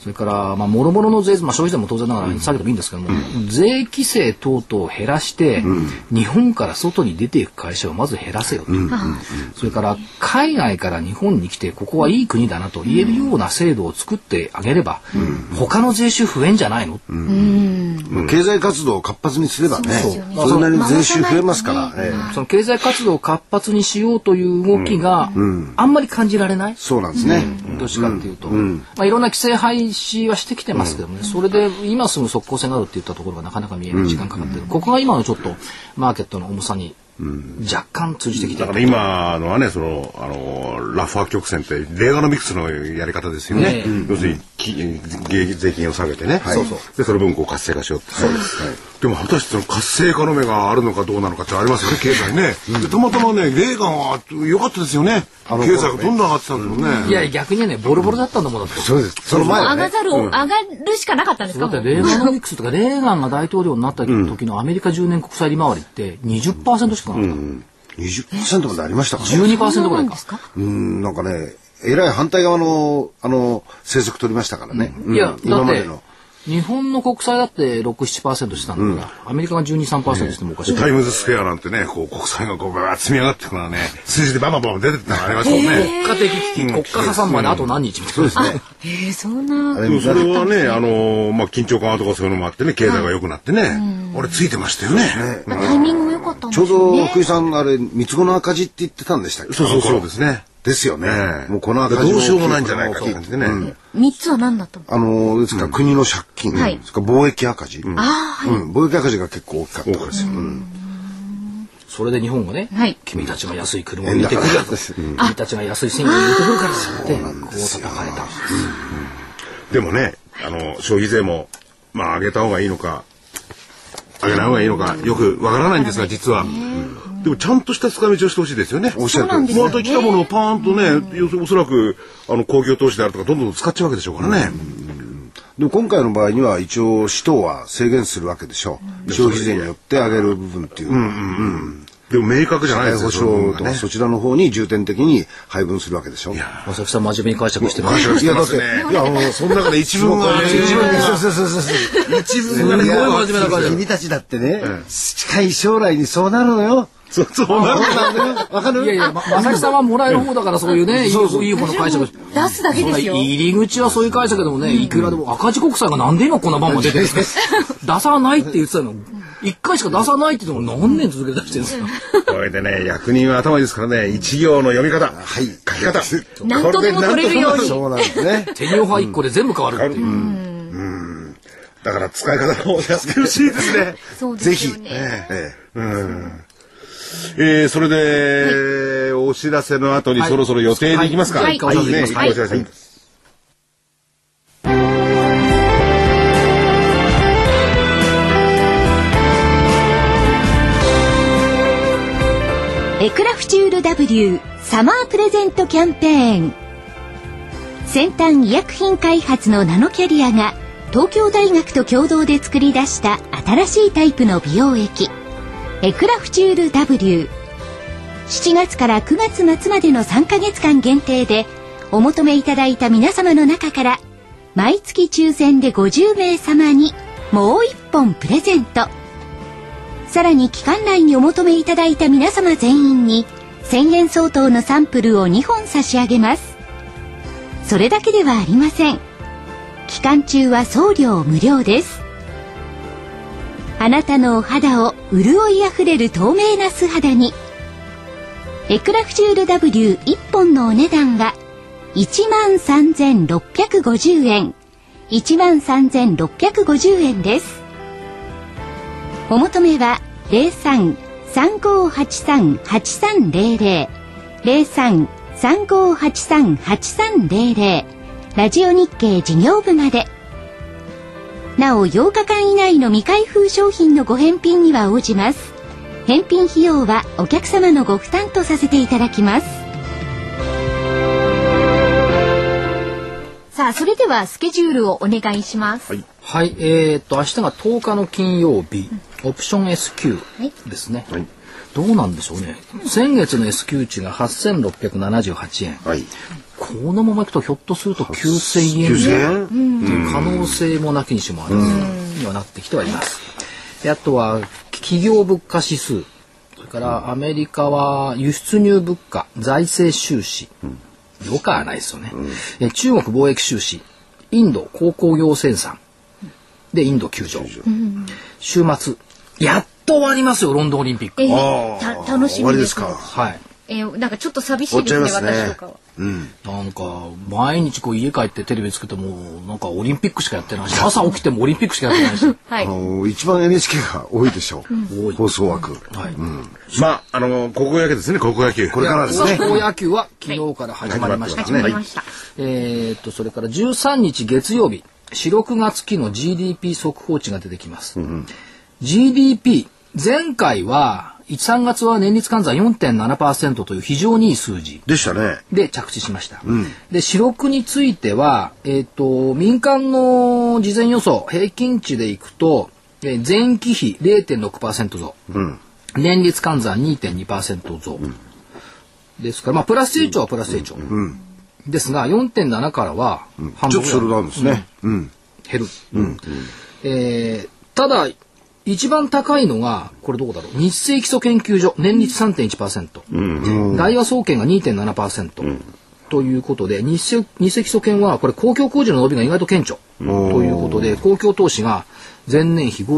[SPEAKER 1] それから、もろもろの税、消費税も当然ながら下げてもいいんですけども、税規制等々を減らして、日本から外に出ていく会社をまず減らせよと。それから、海外から日本に来て、ここはいい国だなと言えるような制度を作ってあげれば、他の税収増えんじゃないの？
[SPEAKER 3] 経済活動を活発にすればね、それなりに税収増えますから。
[SPEAKER 1] その経済活動を活発にしようという動きがあんまり感じられない。
[SPEAKER 3] そうなんですね。
[SPEAKER 1] どっちかっていうと、いろんな規制廃止はしてきてますけどもね、それで今すぐ即効性があるっていったところがなかなか見えない、時間かかってる。ここが今のちょっとマーケットの重さに若干通じてきてる。
[SPEAKER 4] だから今のはね、ラファー曲線ってレーガノミクスのやり方ですよね。要するに税金を下げてね、でその分活性化しようって。でも果たしてその活性化の目があるのかどうなのかってありますよね、経済ね。たまたまね、レーガンは良かったですよね。経済がどんどん上がってたんですもんね。
[SPEAKER 1] いや逆にね、ボロボロだったんだもんだって。
[SPEAKER 3] そうです。その前
[SPEAKER 2] 上がるしかなかったんですか？
[SPEAKER 1] だってレーガノミクスとかレーガンが大統領になった時のアメリカ10年国債利回りって 20% しかなかった。
[SPEAKER 3] 20% までありましたかね。
[SPEAKER 1] 12% ぐらいか。
[SPEAKER 3] なんかね、えらい反対側の政策取りましたからね。
[SPEAKER 1] いや今までの。日本の国債だって6、7% してたんだから、アメリカが12、3% してもおかしい。
[SPEAKER 4] タイムズスクエアなんてね、国債が積み上がってくるのはね、数字でバンバン出てたのありましたもんね。
[SPEAKER 1] 国家的危機、国家破産まであと何日みたいな。そう
[SPEAKER 3] ですね。
[SPEAKER 2] そんな。
[SPEAKER 4] でもそれはね、緊張緩和とかそういうのもあってね、経済が良くなってね、あれついてましたよね。
[SPEAKER 2] タイミングも良かったんです
[SPEAKER 3] よね。ちょうど福井さん、三つ子の赤字って言ってたんでしたっけ？
[SPEAKER 4] そうですね。
[SPEAKER 3] ですよね。もうこの赤字
[SPEAKER 4] どうしようもないんじゃないかって感じでね。
[SPEAKER 2] 3つは何だった
[SPEAKER 3] の？ですから国の借金、それから貿易赤字。貿易赤字が結構大きかったんですよ。
[SPEAKER 1] それで日本がね、君たちが安い車を入れてくるから、君たちが安い線を入れてくるからってこう叩かれた。
[SPEAKER 4] でもね、消費税も上げた方がいいのか上げない方がいいのかよくわからないんですが、実は。でもちゃんとした使い道をしてほしいですよね。
[SPEAKER 3] おっしゃるとおり。
[SPEAKER 4] また来たものをパーンとね、おそらく公共投資であるとかどんどん使っちゃうわけでしょうからね。
[SPEAKER 3] でも今回の場合には一応使途は制限するわけでしょう。消費税によって上げる部分っていうのは。
[SPEAKER 4] でも明確じゃないですよ。
[SPEAKER 3] 社会保障とかそちらの方に重点的に配分するわけでしょ。
[SPEAKER 1] 正木さん真面目に解釈してます。
[SPEAKER 3] いやだって
[SPEAKER 4] その中で一文が
[SPEAKER 3] 一文がね、君たちだってね、近い将来にそうなるのよ。
[SPEAKER 4] そうなる
[SPEAKER 1] わかる？いやいや、正木さんはもらえる方だからそういうね、いい方の解釈。
[SPEAKER 2] 出すだけですよ。
[SPEAKER 1] 入り口はそういう解釈でもね、いくらでも赤字国債がなんで今こんなバンバン出てるんですか？出さないって言ってたの。1回しか出さないって言っても何年続けて出してるんですか？
[SPEAKER 4] これでね、役人は頭いいですからね、一行の読み方、書き方。
[SPEAKER 2] 何とでも取れるように。
[SPEAKER 3] そうなんですね。
[SPEAKER 1] 手にオファー1個で全部変わるっていう。
[SPEAKER 4] だから使い方をやってほしいですね。
[SPEAKER 2] ぜひ。
[SPEAKER 4] それで、お知らせの後にそろそろ予定でいきますか。
[SPEAKER 1] はい。
[SPEAKER 4] お知らせ。
[SPEAKER 2] エクラフチュール W サマープレゼントキャンペーン。先端医薬品開発のナノキャリアが東京大学と共同で作り出した新しいタイプの美容液エクラフチュール W。 7月から9月末までの3ヶ月間限定でお求めいただいた皆様の中から毎月抽選で50名様にもう1本プレゼント。さらに期間内にお求めいただいた皆様全員に1000円相当のサンプルを2本差し上げます。それだけではありません。期間中は送料無料です。あなたのお肌を潤いあふれる透明な素肌に。エクラフチュール W1 本のお値段は13,650円。13,650円です。お求めは 03-3583-8300 03-3583-8300 ラジオ日経事業部まで。なお8日間以内の未開封商品のご返品には応じます。返品費用はお客様のご負担とさせていただきます。さあ、それではスケジュールをお願いします。
[SPEAKER 1] はい、明日が10日の金曜日、 オプション S q ですね。はい、どうなんでしょうね。先月の S q 値が8678円。はい、このままいくとひょっとすると9000円という可能性もなきにしもあらずにはなってきてはいます。あとは企業物価指数、それからアメリカは輸出入物価、財政収支、よくはないですよね。中国貿易収支、インド鉱工業生産でインド休場。週末やっと終わりますよ、ロンドンオリンピック。
[SPEAKER 2] 楽しみですか。
[SPEAKER 1] はい。
[SPEAKER 2] なんかちょっと寂しいですね、私とかは。
[SPEAKER 1] なんか毎日こう家帰ってテレビつけてもなんかオリンピックしかやってないし、朝起きてもオリンピックしかやってないし、
[SPEAKER 3] はい、一番 NHK が多いでしょう、放送枠。はい、
[SPEAKER 4] まあ高校野球ですね。高校野球
[SPEAKER 3] これからですね。
[SPEAKER 1] 高校野球は昨日から始まりましたね。それから13日月曜日、4、6月期の GDP 速報値が出てきます。GDP 前回は1、3月は年率換算 4.7% という非常にいい数字
[SPEAKER 3] でしたね。
[SPEAKER 1] で着地しました。で、4、6については、民間の事前予想平均値でいくと、前期比 0.6% 増、年率換算 2.2% 増、ですから、まあプラス成長はプラス成長、ですが 4.7 からは
[SPEAKER 3] 半分ちょっとそれなんですね。
[SPEAKER 1] 減る。ただ一番高いのがこれどこだろう、日清基礎研究所年率 3.1%、大和総研が 2.7%、ということで日清基礎研はこれ公共工事の伸びが意外と顕著ということで、公共投資が前年比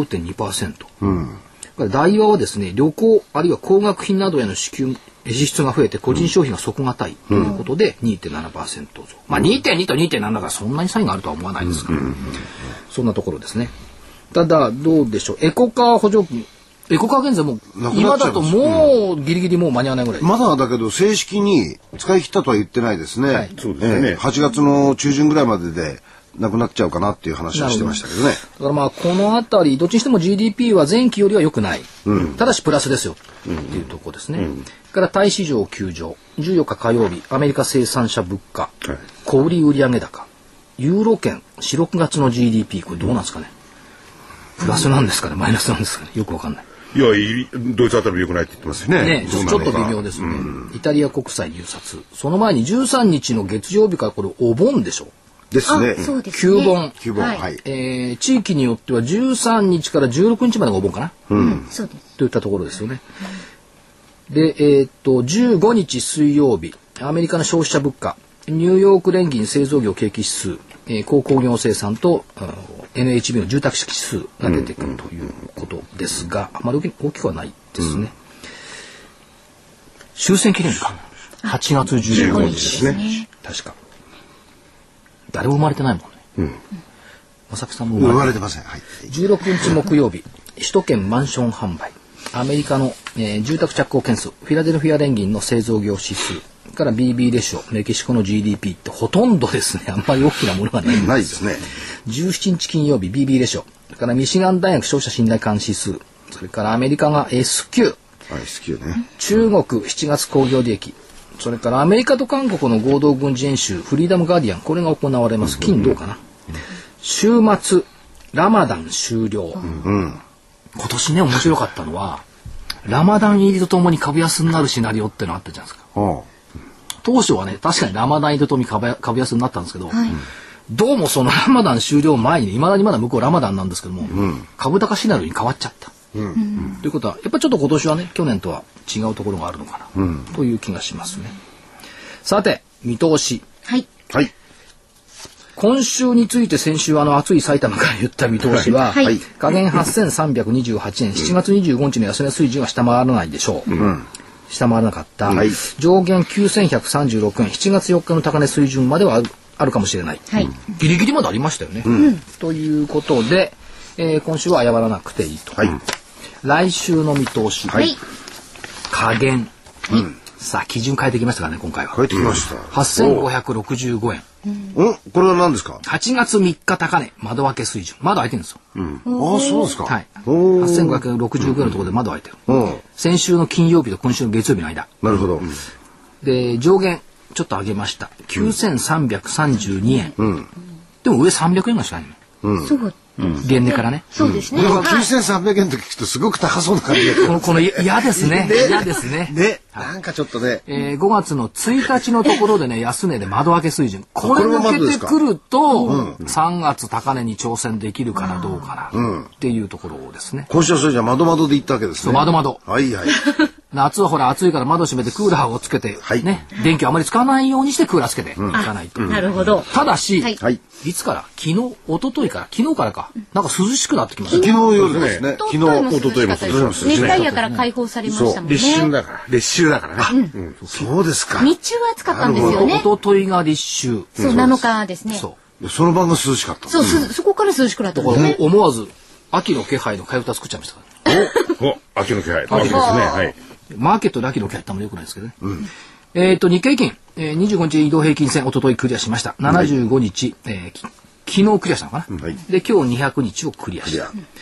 [SPEAKER 1] 5.2%、大和はですね、旅行あるいは高額品などへの支出が増えて個人消費が底堅いということで 2.7% 増、まあ 2.2 と 2.7 がそんなに差異があるとは思わないですから、そんなところですね。ただどうでしょう、エコカー補助金、エコカー減税も今だともうギリギリもう間に合わないぐらい、
[SPEAKER 3] まだだけど正式に使い切ったとは言ってないですね。そうですね。8月の中旬ぐらいまででなくなっちゃうかなっていう話をしてましたけどね。
[SPEAKER 1] だからまあこのあたりどっちにしても GDP は前期よりは良くない、ただしプラスですよっていうところですね。からタイ市場休場、14日火曜日アメリカ生産者物価、小売売上高、ユーロ圏4、6月の GDP、 これどうなんですかね。プラスなんですかね、マイナスなんですかね、よくわかんない。
[SPEAKER 4] いや、ドイツあたり良くないって言ってますよね。
[SPEAKER 1] ちょっと微妙ですね。イタリア国債入札、その前に13日の月曜日からこれお盆でしょ
[SPEAKER 3] ですね。
[SPEAKER 2] そうです
[SPEAKER 1] ね。
[SPEAKER 3] 旧盆、はい。
[SPEAKER 1] 地域によっては13日から16日までがお盆かな。
[SPEAKER 2] そうです。
[SPEAKER 1] といったところですよね。で、15日水曜日、アメリカの消費者物価、ニューヨーク連銀製造業景気指数、鉱工業生産とNHB の住宅指数が出てくるということですが、あまり大きくはないですね。終戦記念日か。8月15日ですね。確か。誰も生まれてないもんね。正木さんも
[SPEAKER 3] 生まれてません。はい。
[SPEAKER 1] 16日木曜日、首都圏マンション販売、アメリカの、住宅着工件数、フィラデルフィア連銀の製造業指数から BB レシオ、メキシコの GDP ってほとんどですね、あんまり大きなものがないんです。
[SPEAKER 3] ないですね。
[SPEAKER 1] 17日金曜日 BB レシオ、それからミシガン大学消費者信頼感指数、それからアメリカが SQ、
[SPEAKER 3] SQ ね。
[SPEAKER 1] 中国7月工業利益、それからアメリカと韓国の合同軍事演習フリーダムガーディアン、これが行われます。金どうかな。週末ラマダン終了。今年ね面白かったのはラマダン入りとともに株安になるシナリオってのあったじゃないですか。当初はね確かにラマダン入りとともに株安になったんですけど、どうもそのラマダン終了前に、いまだにまだ向こうラマダンなんですけども、株高シナリオに変わっちゃった。ということはやっぱりちょっと今年はね去年とは違うところがあるのかな、という気がしますね。さて見通し。
[SPEAKER 2] はい。
[SPEAKER 1] 今週について先週暑い埼玉から言った見通しは、下限8328円、7月25日の安値水準は下回らないでしょう。下回らなかった。上限9136円、7月4日の高値水準まではあるかもしれない。ギリギリまでありましたよね。ということで、今週は謝らなくていいと。来週の見通し。下限。さあ基準変えてきましたからね、今回は。
[SPEAKER 3] 変えてきました。
[SPEAKER 1] 8565円。
[SPEAKER 3] これは何ですか。
[SPEAKER 1] 8月3日高値窓開け水準、窓開いてるんですよ。
[SPEAKER 3] そうですか。
[SPEAKER 1] はい。8565円のところで窓開いてる。先週の金曜日と今週の月曜日の間。
[SPEAKER 3] なるほど。
[SPEAKER 1] で上限ちょっと上げました。9332円。でも上300円がしかないね。
[SPEAKER 2] そう
[SPEAKER 1] 原値からね。
[SPEAKER 2] そうですね。
[SPEAKER 3] でも9300円と聞くとすごく高そうな感じが。
[SPEAKER 1] この嫌ですね。嫌ですね。
[SPEAKER 3] ね。なんかちょっとね。
[SPEAKER 1] 5月の1日のところでね、安値で窓開け水準。これ抜けてくると、3月高値に挑戦できるかなどうかなっていうところですね。
[SPEAKER 3] 今週はそれじゃ窓窓で行ったわけですね。
[SPEAKER 1] そう、窓窓。
[SPEAKER 3] はいはい。
[SPEAKER 1] 夏はほら暑いから窓閉めてクーラーをつけて、ね、電気をあまり使わないようにしてクーラーつけていかないと。
[SPEAKER 2] なるほど。
[SPEAKER 1] ただし、いつから昨日、一昨日から昨日からか、なんか涼しくなってきました。
[SPEAKER 3] 昨日夜ですね。
[SPEAKER 2] 昨日、一昨日も熱帯夜から解放されましたもんね。
[SPEAKER 4] 立春だからね。
[SPEAKER 3] そうですか。
[SPEAKER 2] 日中は暑かったんですよね。
[SPEAKER 1] 一昨日が立秋。
[SPEAKER 2] そう、7日ですね。
[SPEAKER 3] その晩が涼しかった。
[SPEAKER 2] そう、そこから涼しくなったんですね。
[SPEAKER 1] 思わず秋の気配の替え歌作っちゃいましたから。
[SPEAKER 4] 秋の気配。秋ですね。はい。
[SPEAKER 1] マーケットで秋の気配ってあんまり良くないですけどね。日経平均、25日移動平均線、一昨日クリアしました。75日、昨日クリアしたのかな。で、今日200日をクリアした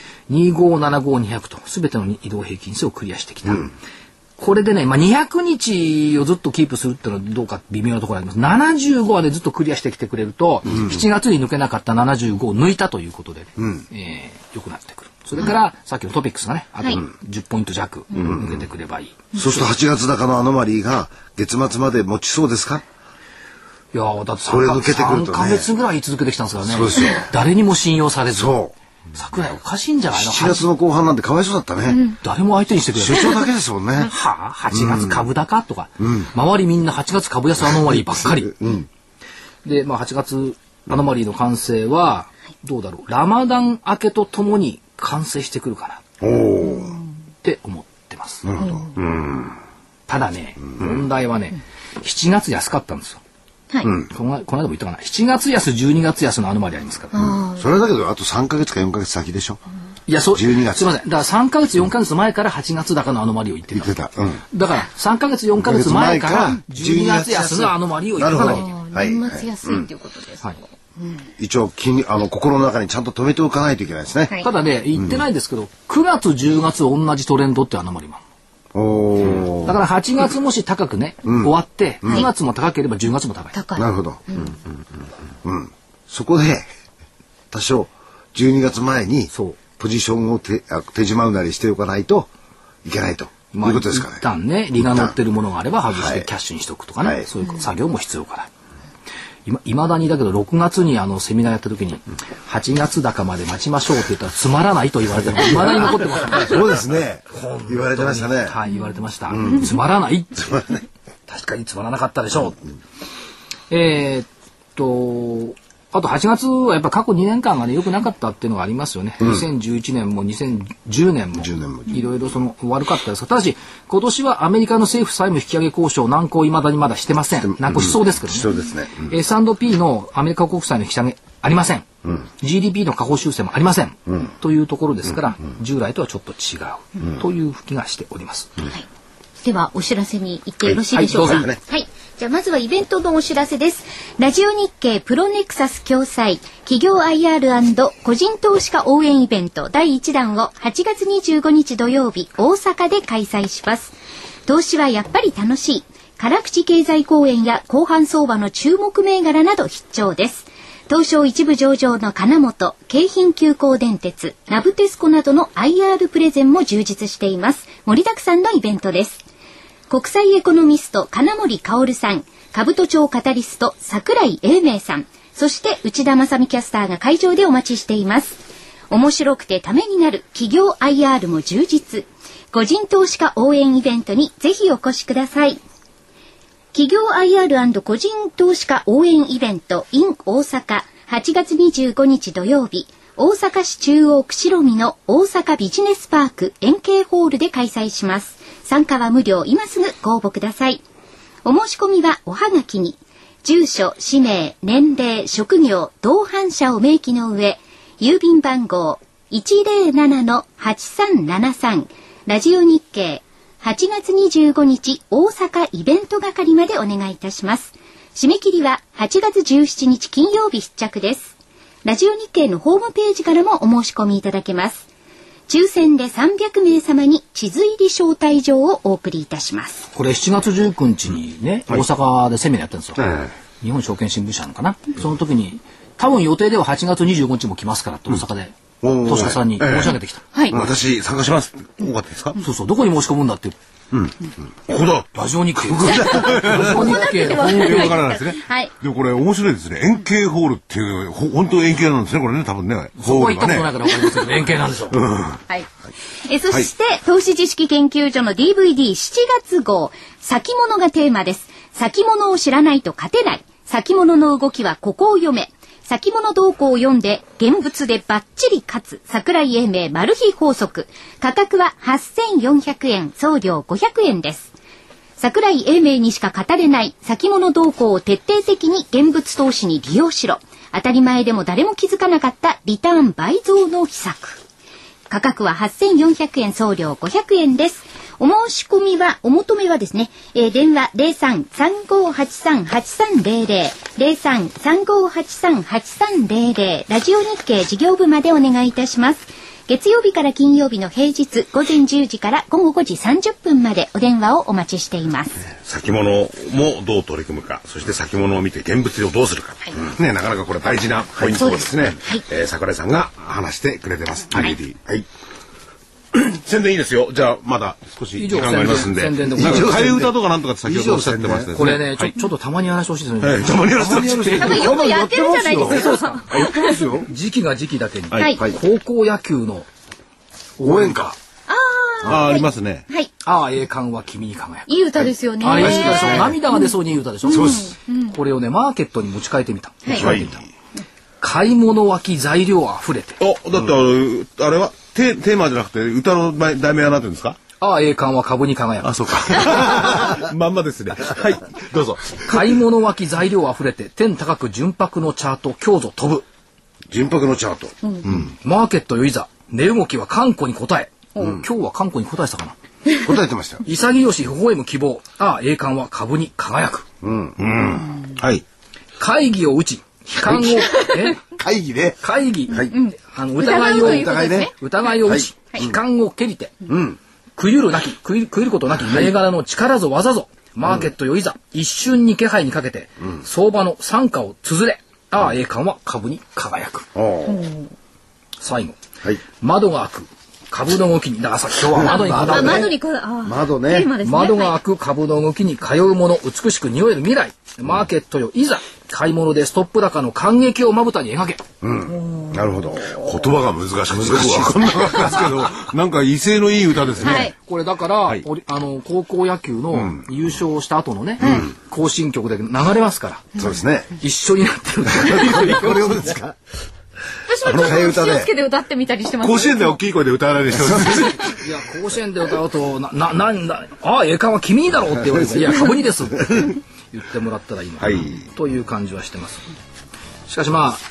[SPEAKER 1] 。2575200と、すべての移動平均線をクリアしてきた。これでね、200日をずっとキープするっていうのはどうか微妙なところあります。75はね、ずっとクリアしてきてくれると、7月に抜けなかった75を抜いたということで、良くなってくる。それから、さっきのトピックスがね、あと10ポイント弱抜けてくればいい。
[SPEAKER 3] そうすると8月高のアノマリーが月末まで持ちそうですか？
[SPEAKER 1] いやだって3ヶ月ぐらい続けてきたんですからね。そうですよ。誰にも信用されず。桜井おかしいんじゃないの
[SPEAKER 3] ？7月の後半なんてかわいそうだったね。
[SPEAKER 1] 誰も相手にしてくれない。
[SPEAKER 3] 所長だけですもんね。
[SPEAKER 1] はあ、8月株高とか、周りみんな8月株安アノマリーばっかり。で、8月アノマリーの完成は、どうだろう。ラマダン明けとともに完成してくるかなって思ってます。
[SPEAKER 3] なるほど。
[SPEAKER 1] ただね、問題はね、7月安かったんですよ。この間も言ったかな。7月安、12月安のアノマリありますから。
[SPEAKER 3] それだけどあと3ヶ月か4ヶ月先でしょ。
[SPEAKER 1] いや、
[SPEAKER 3] 12月。
[SPEAKER 1] すみません。だから3ヶ月、4ヶ月前から8月高のアノマリを言ってた。だから3ヶ月、4ヶ月前から12月安のアノマリを言ってた。
[SPEAKER 2] 年末安いということです。
[SPEAKER 3] 一応心の中にちゃんと止めておかないといけないですね。
[SPEAKER 1] ただね、言ってないですけど、9月、10月同じトレンドってアノマリも。だから8月もし高くね、終わって9月も高ければ10月も高い。
[SPEAKER 3] なるほど。そこで多少12月前にポジションを手締まうなりしておかないといけないということですかね。
[SPEAKER 1] 一旦ね、利が乗ってるものがあれば外してキャッシュにしとくとかね、そういう作業も必要かな。いまだにだけど6月にセミナーやった時に8月高まで待ちましょうって言ったらつまらないと言われてる。いまだに残ってますね。
[SPEAKER 3] そうですね。言われてましたね。
[SPEAKER 1] はい、言われてました。つまらない。確かにつまらなかったでしょう。あと8月はやっぱ過去2年間がね良くなかったっていうのがありますよね。2011年も2010年もいろいろ悪かったですが、ただし今年はアメリカの政府債務引き上げ交渉難航未だにまだしてません。難航しそうですけどね。
[SPEAKER 3] そうですね。
[SPEAKER 1] S&P のアメリカ国債の引き下げありません。GDP の下方修正もありません。というところですから、従来とはちょっと違うという気がしております。
[SPEAKER 2] ではお知らせに行ってよろしいでしょうか。はい。じゃあまずはイベントのお知らせです。ラジオ日経プロネクサス共催企業 IR& 個人投資家応援イベント第1弾を8月25日土曜日大阪で開催します。投資はやっぱり楽しい。辛口経済講演や後半相場の注目銘柄など必聴です。東証一部上場の金本、京浜急行電鉄、ナブテスコなどの IR プレゼンも充実しています。盛りだくさんのイベントです。国際エコノミスト金森薫さん、兜町カタリスト櫻井英明さん、そして内田正美キャスターが会場でお待ちしています。面白くてためになる企業 IR も充実。個人投資家応援イベントにぜひお越しください。企業 IR& 個人投資家応援イベント in 大阪8月25日土曜日、大阪市中央釧路美の大阪ビジネスパーク円形ホールで開催します。参加は無料。今すぐご応募ください。お申し込みはおはがきに住所、氏名、年齢、職業、同伴者を明記の上、郵便番号 107-8373 ラジオ日経8月25日大阪イベント係までお願いいたします。締め切りは8月17日金曜日必着です。ラジオ日経のホームページからもお申し込みいただけます。抽選で300名様に地図入り招待状をお送りいたします。
[SPEAKER 1] これ7月19日にね、大阪でセミナーやってるんですよ。日本証券新聞社のかな。その時に多分予定では8月25日も来ますからって大阪でとしかさんに申し上げてきた。
[SPEAKER 4] 私参加します。多かったですか？
[SPEAKER 1] そうそう、どこに申し込むんだって。
[SPEAKER 4] ここだ。
[SPEAKER 1] ラジオ日経。ラジオ日経のホームページ
[SPEAKER 4] からなんですね。でもこれ面白いですね。円形ホールっていう、本当円形なんですね、これね、多分ね。
[SPEAKER 1] そこは行ったことないから分かりますけど、円形なんでしょう。
[SPEAKER 2] そして、投資知識研究所の DVD7 月号、先物がテーマです。先物を知らないと勝てない。先物の動きはここを読め。先物動向を読んで現物でバッチリ勝つ桜井英明マル秘法則。価格は8400円、送料500円です。桜井英明にしか語れない先物動向を徹底的に現物投資に利用しろ。当たり前でも誰も気づかなかったリターン倍増の秘策。価格は8400円、送料500円です。お申し込みは、お求めはですね、電話 03-3583-8300 03-3583-8300 ラジオ日経事業部までお願いいたします。月曜日から金曜日の平日午前10時から午後5時30分までお電話をお待ちしています。
[SPEAKER 4] 先物もどう取り組むか、そして先物を見て現物をどうするか、ね、なかなかこれ大事なポイントをですね、桜井さんが話してくれてます。宣伝いいですよ。じゃあまだ少し時間がありますんで。なんか替え歌とかなんとかって先ほどおっしゃってましたね。
[SPEAKER 1] これね、ちょっとたまにやらせてほしいですね。
[SPEAKER 4] たまにやらせてほしい。
[SPEAKER 2] よくやってるじゃないですか。
[SPEAKER 3] やってますよ。
[SPEAKER 1] 時期が時期だけに。高校野球の応援歌。
[SPEAKER 4] ありますね。
[SPEAKER 1] 栄冠は君に輝く。
[SPEAKER 2] いい歌ですよね。
[SPEAKER 1] 涙が出そうにいい歌でしょ。そうです。これをね、マーケットに持ち替えてみた。買い物脇材料あふれて。
[SPEAKER 4] だってあれはテーマじゃなくて歌の題名は何て言うんですか？
[SPEAKER 1] 栄冠は株に輝く。
[SPEAKER 4] そうか。まんまですね。はい、どうぞ。
[SPEAKER 1] 買い物脇材料あふれて天高く純白のチャート今日ぞ飛ぶ。
[SPEAKER 3] 純白のチャート。
[SPEAKER 1] マーケットよいざ値動きは頑固に答え。今日は頑固に答えたかな。
[SPEAKER 3] 答えてましたよ。
[SPEAKER 1] 潔し微笑む希望。栄冠は株に輝く。
[SPEAKER 4] はい。
[SPEAKER 1] 会議を打ち悲観を
[SPEAKER 3] 会議ね。
[SPEAKER 1] 疑いを打ち悲観を蹴りて食い入ることなき銘柄の力ぞ技ぞマーケットよいざ一瞬に気配にかけて相場の惨禍を綴れ。栄冠は株に輝く。最後、窓が開く株の動きに、だからさ、今日は窓に
[SPEAKER 3] 窓ね。
[SPEAKER 1] 窓が開く株の動きに通うもの、美しく匂える未来。マーケットよいざ買い物でストップ高の感激をまぶたに描け。
[SPEAKER 3] なるほど。
[SPEAKER 4] 言葉が難しくて分かんなかったですけど、なんか威勢のいい歌ですね。
[SPEAKER 1] これだから、高校野球の優勝した後のね、行進曲で流れますから。
[SPEAKER 3] そうですね。
[SPEAKER 1] 一緒になってる。
[SPEAKER 3] これをですか？
[SPEAKER 2] 私もちょっと気をつけて歌ってみたりしてます。
[SPEAKER 4] 甲子園で大きい声で歌わないでしょ。
[SPEAKER 1] いや、甲子園で歌うと、なんだ、栄冠は君にだろうって言われて、いや、株にです。言ってもらったらいいのかな、という感じはしてます。しかし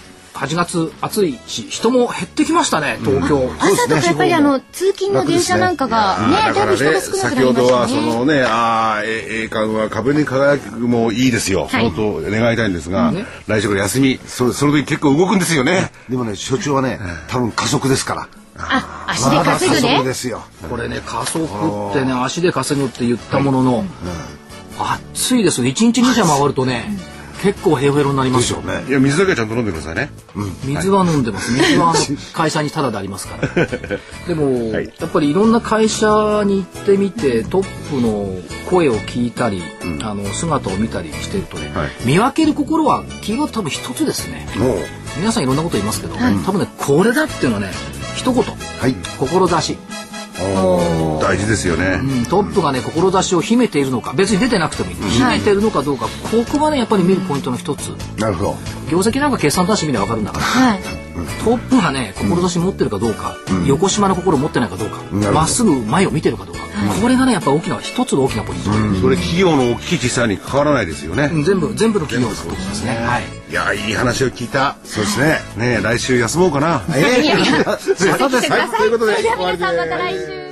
[SPEAKER 1] 8月暑いし人も減ってきましたね、東京。
[SPEAKER 2] 朝とかやっぱり通勤の電車なんかがね、だいぶ人が少なくなりましたね。
[SPEAKER 4] 先ほどはそのね、栄冠は株に輝くもいいですよ。そのと願いたいんですが、来週から休み、その時結構動くんですよね。
[SPEAKER 3] でもね、所長はね、多分加速ですから。
[SPEAKER 2] 足で稼ぐね。
[SPEAKER 1] これね、加速ってね、足で稼ぐって言ったものの、暑いですね。1日2社回るとね、結構ヘロヘロになりますよね。
[SPEAKER 4] いや、水だけはちゃんと飲んでくださいね。
[SPEAKER 1] 水は飲んでます。水は会社にタダでありますから。でも、やっぱりいろんな会社に行ってみてトップの声を聞いたり、姿を見たりしてるとね、見分ける心はキーワード多分一つですね。皆さんいろんなこと言いますけど、多分ね、これだっていうのはね、一言、志。
[SPEAKER 4] 大事ですよね。
[SPEAKER 1] トップがね、志を秘めているのか、別に出てなくてもいい、秘めているのかどうか、ここはね、やっぱり見るポイントの一つ。
[SPEAKER 3] なるほど。
[SPEAKER 1] 業績なんか決算出してみれば分かるんだから、トップがね、志持ってるかどうか、横島の心を持ってないかどうか、まっすぐ前を見てるかどうか、これがね、やっぱ大きな一つの大きなポイント。
[SPEAKER 4] それ企業の大きい小さいに関わらないですよね。
[SPEAKER 1] 全部の企業のことですね。
[SPEAKER 4] いや、いい話を聞いた。
[SPEAKER 3] そうですね。
[SPEAKER 4] ね、来週休もうかな。
[SPEAKER 2] ということで、終わりです。皆さんまた来週。